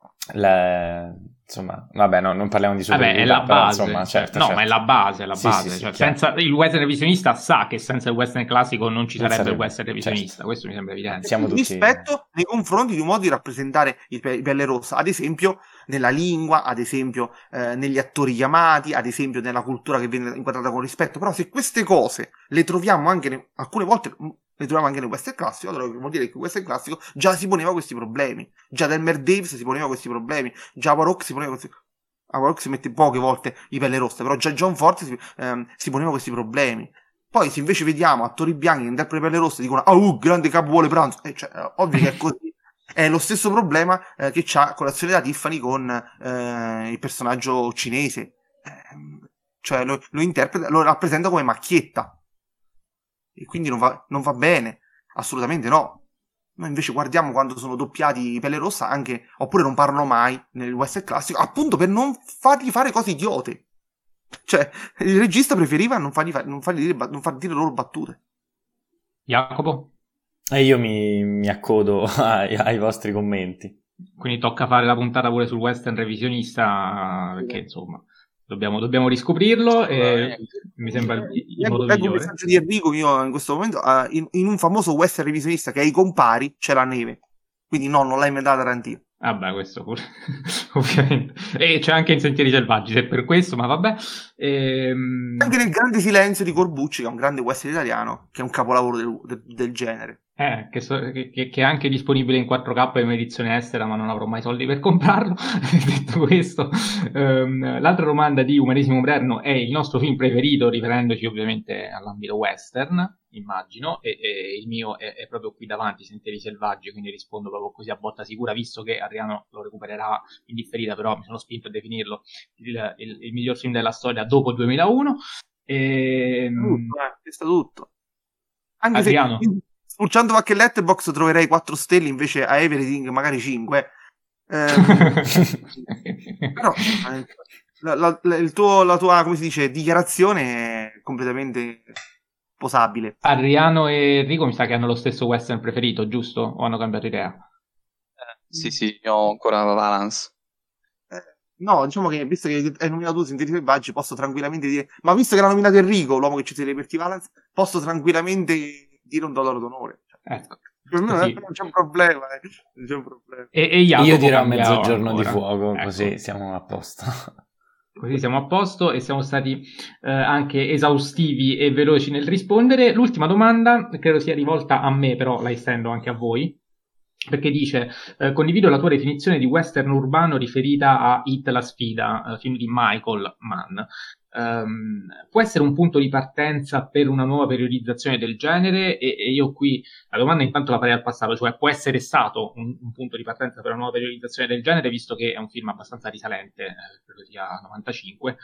la... insomma, vabbè, no, non parliamo di Vabbè, è la superiorità, però, base. insomma, certo, no, certo. ma è la base, è la Sì, base. sì, sì, cioè, chiaro. senza, il western revisionista sa che senza il western classico non ci Non sarebbe, sarebbe, il western revisionista. certo. Questo mi sembra evidente. Siamo tutti- rispetto nei confronti di un modo di rappresentare il pe- Pelle Rossa, ad esempio nella lingua, ad esempio eh, negli attori chiamati, ad esempio nella cultura che viene inquadrata con rispetto. Però se queste cose le troviamo anche ne- alcune volte mh, le troviamo anche nel western classico, allora vuol dire che il western classico già si poneva questi problemi, già Delmer Davis si poneva questi problemi, già Warhawk si poneva questi a Warhawk si mette poche volte i Pelle Rosse, però già John Ford si, ehm, si poneva questi problemi. Poi se invece vediamo attori bianchi che interpretano Pelle Rosse dicono ah uh, grande capo vuole pranzo, eh, cioè, ovvio che è così. È lo stesso problema eh, che c'ha Colazione da Tiffany con eh, il personaggio cinese, eh, cioè lo, lo interpreta, lo rappresenta come macchietta e quindi non va, non va bene, assolutamente no. Noi invece guardiamo quando sono doppiati Pelle Rossa anche, oppure non parlano mai nel western classico, appunto per non fargli fare cose idiote. Cioè, il regista preferiva non fargli, fare, non fargli dire, non far dire loro battute. Jacopo? E io mi, mi accodo ai, ai vostri commenti. Quindi tocca fare la puntata pure sul western revisionista, perché insomma dobbiamo, dobbiamo riscoprirlo e mi sembra il, il modo Leggo un migliore. messaggio di Enrico io in questo momento, uh, in, in un famoso western revisionista che è I Compari c'è la neve, quindi no, non l'ha inventata Tarantino. Vabbè, questo pure, ovviamente. E c'è anche in Sentieri Selvaggi, se per questo, ma vabbè. Ehm... Anche nel Grande Silenzio di Corbucci, che è un grande western italiano, che è un capolavoro del, del, del genere. Eh, che, so, che, che è anche disponibile in quattro K in edizione estera, ma non avrò mai soldi per comprarlo. Detto questo, um, l'altra domanda di Umanesimo Moderno è il nostro film preferito, riferendoci ovviamente all'ambito western, immagino, e, e il mio è, è proprio qui davanti, Sentieri Selvaggi, quindi rispondo proprio così a botta sicura, visto che Adriano lo recupererà in differita, però mi sono spinto a definirlo il, il, il miglior film della storia dopo il duemilauno. E, tutto, eh, questo tutto. Anche Adriano. se spulciando qualche letterbox troverei quattro stelle invece a Everything magari cinque. Ehm, però eh, la, la, la, il tuo, la tua, come si dice, dichiarazione è completamente posabile. Adriano e Enrico mi sa che hanno lo stesso western preferito, giusto? O hanno cambiato idea? Eh, sì, sì, io ho ancora la Valance. No, diciamo che visto che hai nominato tu Sentieri Selvaggi, posso tranquillamente dire, ma visto che l'ha nominato Enrico, l'uomo che ci tiene per Valance, posso tranquillamente dire un dollaro d'onore. Ecco. Per me Così. non c'è un problema, eh. Non c'è un problema. E, e Jacopo Io dirò cambia Mezzogiorno ancora. di fuoco, Ecco. così siamo a posto. Così siamo a posto e siamo stati eh, anche esaustivi e veloci nel rispondere. L'ultima domanda credo sia rivolta a me, però la estendo anche a voi. Perché dice, eh, condivido la tua definizione di western urbano riferita a Hit la sfida, eh, film di Michael Mann. Um, può essere un punto di partenza per una nuova periodizzazione del genere? E, e io qui la domanda intanto la farei al passato, cioè può essere stato un, un punto di partenza per una nuova periodizzazione del genere, visto che è un film abbastanza risalente, eh, credo sia novantacinque.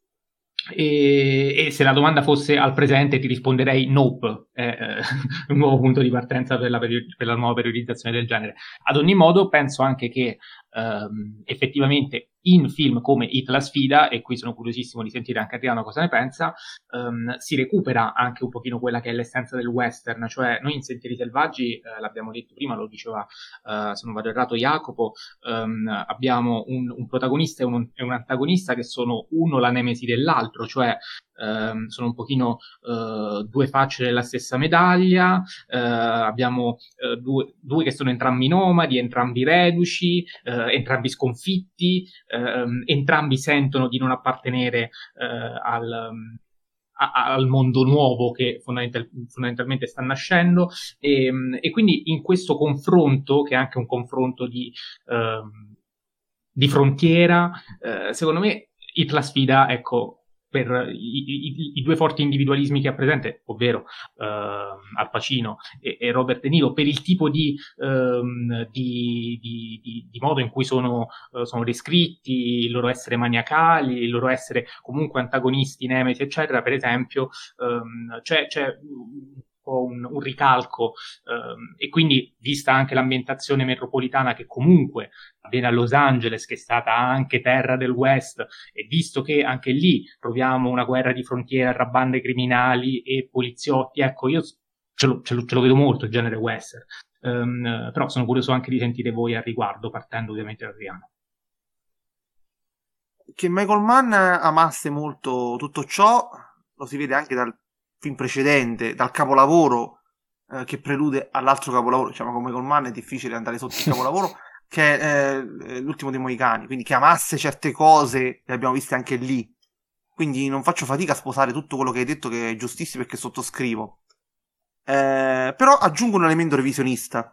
E, e se la domanda fosse al presente ti risponderei nope, è eh, un nuovo punto di partenza per la, peri- per la nuova periodizzazione del genere. Ad ogni modo penso anche che ehm, effettivamente in film come Hit la sfida, e qui sono curiosissimo di sentire anche Adriano cosa ne pensa, ehm, si recupera anche un pochino quella che è l'essenza del western, cioè noi in Sentieri Selvaggi, eh, l'abbiamo detto prima, lo diceva eh, se non vado errato Jacopo, ehm, abbiamo un, un protagonista e un, e un antagonista che sono uno la nemesi dell'altro, cioè ehm, sono un pochino eh, due facce della stessa medaglia, eh, abbiamo eh, due, due che sono entrambi nomadi, entrambi reduci, eh, entrambi sconfitti, ehm, entrambi sentono di non appartenere eh, al... al mondo nuovo che fondamental- fondamentalmente sta nascendo e, e quindi in questo confronto, che è anche un confronto di, ehm, di frontiera, eh, secondo me It la sfida, ecco, per i, i, i due forti individualismi che ha presente, ovvero eh, Al Pacino e, e Robert De Niro, per il tipo di, ehm, di, di, di, di modo in cui sono, eh, sono descritti, il loro essere maniacali, il loro essere comunque antagonisti, nemesi, eccetera. Per esempio, ehm, c'è, c'è un po' un, un ricalco ehm, e quindi, vista anche l'ambientazione metropolitana che comunque avviene a Los Angeles, che è stata anche terra del West, e visto che anche lì troviamo una guerra di frontiera tra bande criminali e poliziotti, ecco, io ce lo, ce lo, ce lo vedo molto il genere western, um, però sono curioso anche di sentire voi al riguardo, partendo ovviamente da Adriano. Che Michael Mann amasse molto tutto ciò lo si vede anche dal film precedente, dal capolavoro eh, che prelude all'altro capolavoro. Diciamo, con Michael Mann è difficile andare sotto il capolavoro, che è eh, l'ultimo dei Mohicani, quindi che amasse certe cose, le abbiamo viste anche lì. Quindi non faccio fatica a sposare tutto quello che hai detto, che è giustissimo, perché sottoscrivo. Eh, però aggiungo un elemento revisionista.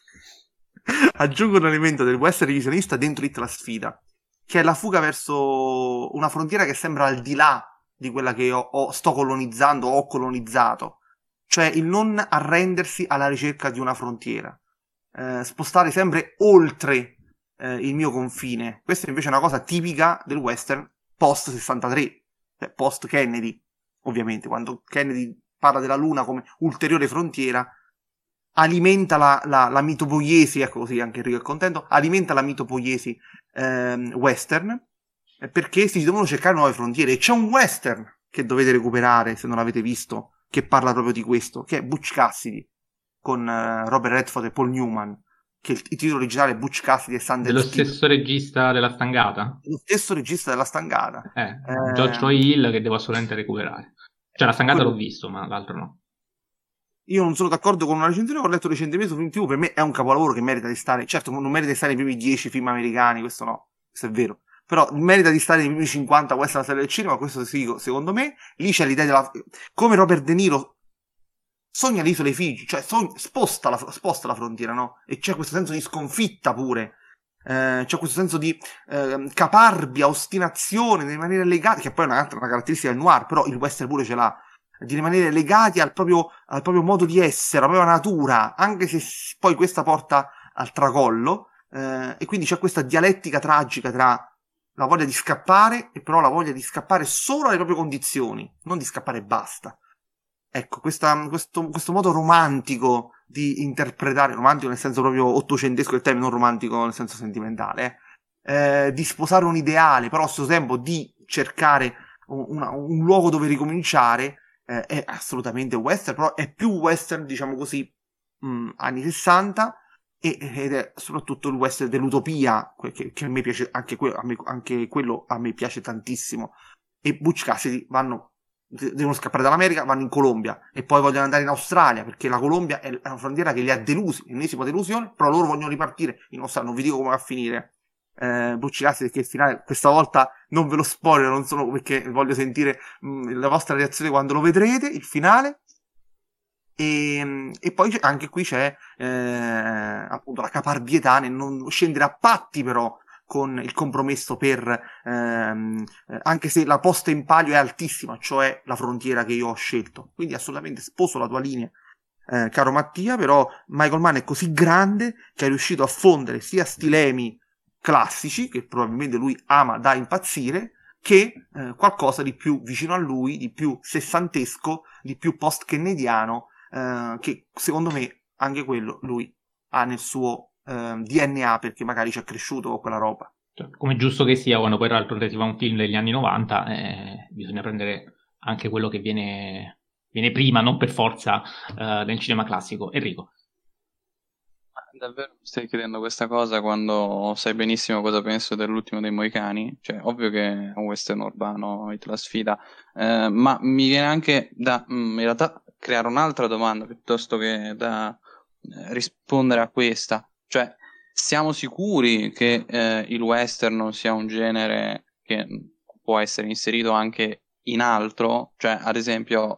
aggiungo un elemento del western revisionista dentro It la sfida, che è la fuga verso una frontiera che sembra al di là di quella che io ho, sto colonizzando o ho colonizzato. Cioè il non arrendersi alla ricerca di una frontiera. Eh, spostare sempre oltre eh, il mio confine. Questa invece è una cosa tipica del western post sessantatré, cioè post Kennedy, ovviamente. Quando Kennedy parla della Luna come ulteriore frontiera, alimenta la, la, la mitopoiesi, ecco, così anche Enrico è contento, alimenta la mitopoiesi ehm, western, perché si devono cercare nuove frontiere. E c'è un western che dovete recuperare, se non l'avete visto, che parla proprio di questo, che è Butch Cassidy, con uh, Robert Redford e Paul Newman, che il, il titolo originale è Butch Cassidy e Sundance dello Kid. stesso regista della Stangata? Lo stesso regista della Stangata. Eh, eh, Joshua Hill, che devo assolutamente recuperare. Cioè la Stangata quello... l'ho visto, ma l'altro no. Io non sono d'accordo con una recensione che ho letto recentemente su Film tivù. Per me è un capolavoro che merita di stare, certo non merita di stare nei primi dieci film americani, questo no, questo è vero, però merita di stare nei primi cinquanta western storia del cinema, questo sì, secondo me. Lì c'è l'idea della... come Robert De Niro sogna l'isola dei Figi, cioè sogna... sposta, la... sposta la frontiera, no? E c'è questo senso di sconfitta pure, eh, c'è questo senso di eh, caparbia, ostinazione, di rimanere legati, che poi è un'altra una caratteristica del noir, però il western pure ce l'ha, di rimanere legati al proprio, al proprio modo di essere, alla propria natura, anche se poi questa porta al tracollo, eh, e quindi c'è questa dialettica tragica tra la voglia di scappare e però la voglia di scappare solo alle proprie condizioni, non di scappare e basta. Ecco, questa, questo, questo modo romantico di interpretare, romantico nel senso proprio ottocentesco del termine, non romantico nel senso sentimentale, eh, eh, di sposare un ideale, però allo stesso tempo di cercare un, una, un luogo dove ricominciare, eh, è assolutamente western, però è più western, diciamo così, mh, anni sessanta, e, ed è soprattutto il western dell'utopia, che, che a me piace, anche, que- a me, anche quello a me piace tantissimo. E Butch Cassidy vanno, devono scappare dall'America, vanno in Colombia e poi vogliono andare in Australia, perché la Colombia è una frontiera che li ha delusi, l'ennesima delusione, però loro vogliono ripartire in Australia. Non vi dico come va a finire eh, Butch Cassidy, perché il finale questa volta non ve lo spoiler, non solo perché voglio sentire mh, la vostra reazione quando lo vedrete, il finale. E, e poi anche qui c'è eh, appunto la caparbietà nel non scendere a patti però con il compromesso per ehm, anche se la posta in palio è altissima, cioè la frontiera che io ho scelto. Quindi assolutamente sposo la tua linea, eh, caro Mattia, però Michael Mann è così grande che è riuscito a fondere sia stilemi classici, che probabilmente lui ama da impazzire, che eh, qualcosa di più vicino a lui, di più sessantesco, di più post-kennediano, eh, che secondo me anche quello lui ha nel suo Uh, D N A, perché magari ci è cresciuto con quella roba. Cioè, come giusto che sia, quando poi tra l'altro si fa un film degli anni novanta, eh, bisogna prendere anche quello che viene, viene prima, non per forza uh, nel cinema classico. Enrico. Davvero mi stai chiedendo questa cosa quando sai benissimo cosa penso dell'ultimo dei Moicani? Cioè, ovvio che è un western urbano, la sfida, eh, ma mi viene anche da, mm, in realtà, creare un'altra domanda piuttosto che da eh, rispondere a questa. Cioè, siamo sicuri che eh, il western non sia un genere che può essere inserito anche in altro? Cioè, ad esempio,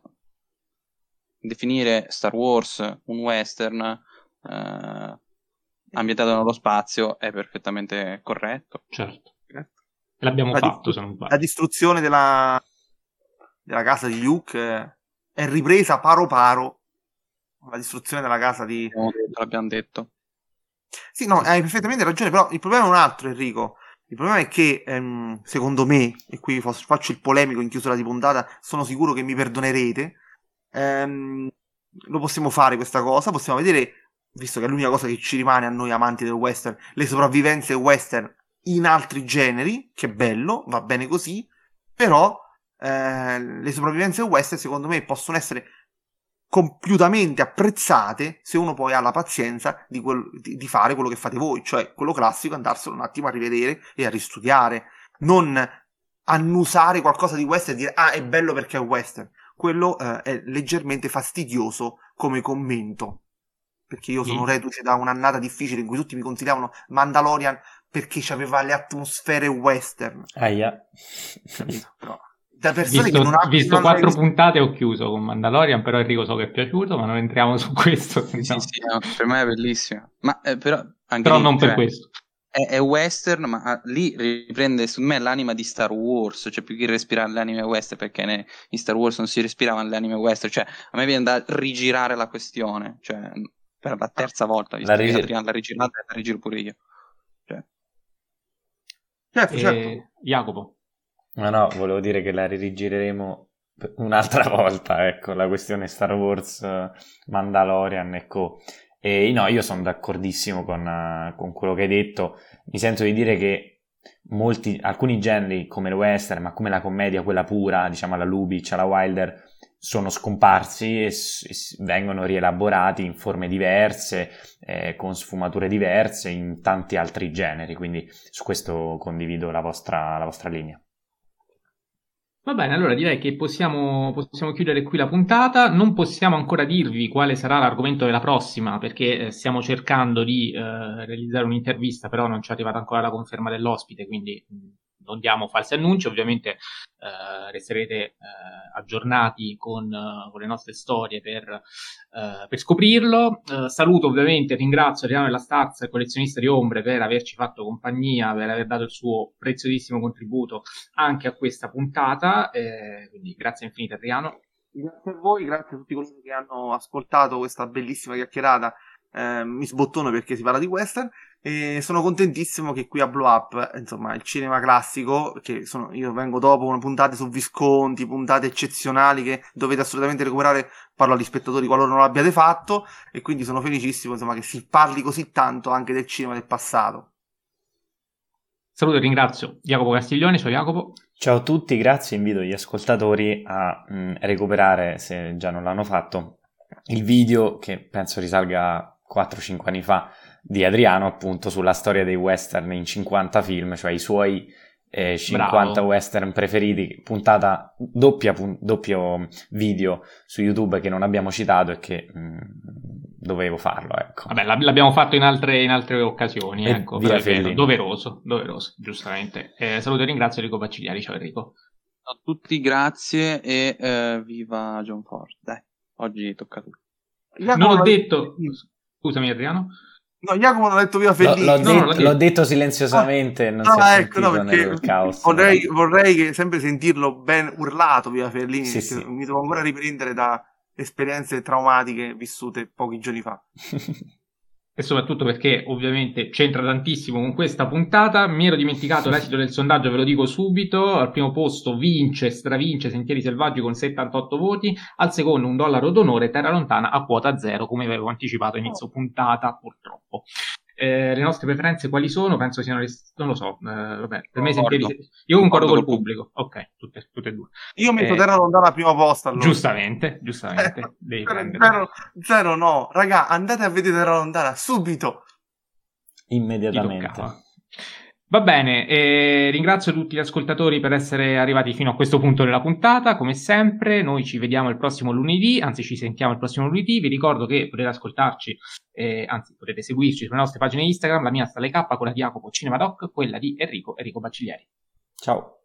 definire Star Wars un western eh, ambientato nello spazio è perfettamente corretto. Certo. E l'abbiamo la fatto, distru- se non sbaglio. La distruzione della, della casa di Luke eh, è ripresa paro paro la distruzione della casa di... L'abbiamo detto, l'abbiamo detto. Sì, no, hai perfettamente ragione, però il problema è un altro, Enrico. Il problema è che, ehm, secondo me, e qui faccio il polemico in chiusura di puntata, sono sicuro che mi perdonerete, ehm, lo possiamo fare questa cosa, possiamo vedere, visto che è l'unica cosa che ci rimane a noi amanti del western, le sopravvivenze western in altri generi, che bello, va bene così, però eh, le sopravvivenze western secondo me possono essere compiutamente apprezzate se uno poi ha la pazienza di, quel, di, di fare quello che fate voi, cioè quello classico, andarselo un attimo a rivedere e a ristudiare, non annusare qualcosa di western e dire ah è bello perché è western. Quello eh, è leggermente fastidioso come commento, perché io sono Sì. reduce da un'annata difficile in cui tutti mi consigliavano Mandalorian perché c'aveva le atmosfere western. Aia. Capito? Però, da persone Visto, che non hanno visto non hanno quattro visto... puntate ho chiuso con Mandalorian, però Enrico so che è piaciuto, ma non entriamo su questo. Sì, No. sì, sì, no, per me è bellissima. Ma eh, però anche Però lì, non per cioè, questo. È, è western, ma ah, lì riprende secondo me l'anima di Star Wars, cioè più che respirare l'anime western, perché ne, in Star Wars non si respiravano le anime western, cioè a me viene da rigirare la questione, cioè per la terza volta, visto La che rig- Adriano l'ha rigirata e la rigiro pure io. Cioè. Certo, E... certo. Jacopo. No, no, volevo dire che la rigireremo un'altra volta, ecco, la questione Star Wars, Mandalorian, ecco. E no, io sono d'accordissimo con, uh, con quello che hai detto. Mi sento di dire che molti, alcuni generi come il western, ma come la commedia, quella pura, diciamo alla Lubitsch, alla Wilder, sono scomparsi e, s- e vengono rielaborati in forme diverse, eh, con sfumature diverse, in tanti altri generi. Quindi su questo condivido la vostra, la vostra linea. Va bene, allora direi che possiamo, possiamo chiudere qui la puntata. Non possiamo ancora dirvi quale sarà l'argomento della prossima, perché eh, stiamo cercando di eh, realizzare un'intervista, però non ci è arrivata ancora la conferma dell'ospite, quindi mh, non diamo falsi annunci. Ovviamente eh, resterete eh, aggiornati con, uh, con le nostre storie per, uh, per scoprirlo. Uh, saluto ovviamente, ringrazio Adriano della Stars, collezionista di ombre, per averci fatto compagnia, per aver dato il suo preziosissimo contributo anche a questa puntata, eh, quindi grazie infinite Adriano. Grazie a voi, grazie a tutti coloro che hanno ascoltato questa bellissima chiacchierata. Eh, mi sbottono perché si parla di western e sono contentissimo che qui a Blow Up, insomma, il cinema classico, che sono, io vengo dopo una puntate su Visconti, puntate eccezionali che dovete assolutamente recuperare, parlo agli spettatori qualora non l'abbiate fatto, e quindi sono felicissimo, insomma, che si parli così tanto anche del cinema del passato. Saluto e ringrazio Jacopo Castiglione. Ciao Jacopo. Ciao a tutti, grazie, invito gli ascoltatori a mh, recuperare, se già non l'hanno fatto, il video che penso risalga quattro cinque anni fa di Adriano, appunto, sulla storia dei western in cinquanta film, cioè i suoi eh, cinquanta Bravo. western preferiti, puntata doppia, pun- doppio video su YouTube che non abbiamo citato e che mh, dovevo farlo, ecco. Vabbè, l'ab- l'abbiamo fatto in altre, in altre occasioni, E ecco, via però è vero, Fellini. doveroso, doveroso, giustamente. Eh, saluto e ringrazio Enrico Pacigliari. Ciao Enrico. A tutti grazie e eh, viva John Ford. Dai, oggi tocca a tutti. Jacopo Non ho l'ha detto... detto- Scusami Adriano. No, Jacopo non ha detto via L'ho, Fellini. l'ho No, det- no, l'ho detto. l'ho detto silenziosamente, non Ah, si è ecco, no, sentito perché nel caos. vorrei, però. vorrei che sempre sentirlo ben urlato via Fellini, Sì, perché sì. mi devo ancora riprendere da esperienze traumatiche vissute pochi giorni fa. E soprattutto perché ovviamente c'entra tantissimo con questa puntata. Mi ero dimenticato l'esito del sondaggio, ve lo dico subito. Al primo posto vince, stravince Sentieri Selvaggi con settantotto voti. Al secondo Un dollaro d'onore, Terra Lontana a quota zero, come avevo anticipato a inizio puntata, purtroppo. Eh, le nostre preferenze quali sono? Penso siano le... non lo so, eh, vabbè, per me Sentieri... Concordo. Io concordo col Concordo pubblico. Ok, tutte, tutte e due. Io metto Eh, Terra Lontana al primo posto allora. Giustamente, giustamente. Devi Zero, prendere. zero, zero no, raga, andate a vedere Terra Lontana subito. Immediatamente. Va bene, eh, ringrazio tutti gli ascoltatori per essere arrivati fino a questo punto della puntata. Come sempre, noi ci vediamo il prossimo lunedì, anzi ci sentiamo il prossimo lunedì. Vi ricordo che potete ascoltarci, eh, anzi potete seguirci sulle nostre pagine Instagram, la mia sta alle K, quella di Jacopo Cinemadoc, quella di Enrico Enrico Baciglieri. Ciao.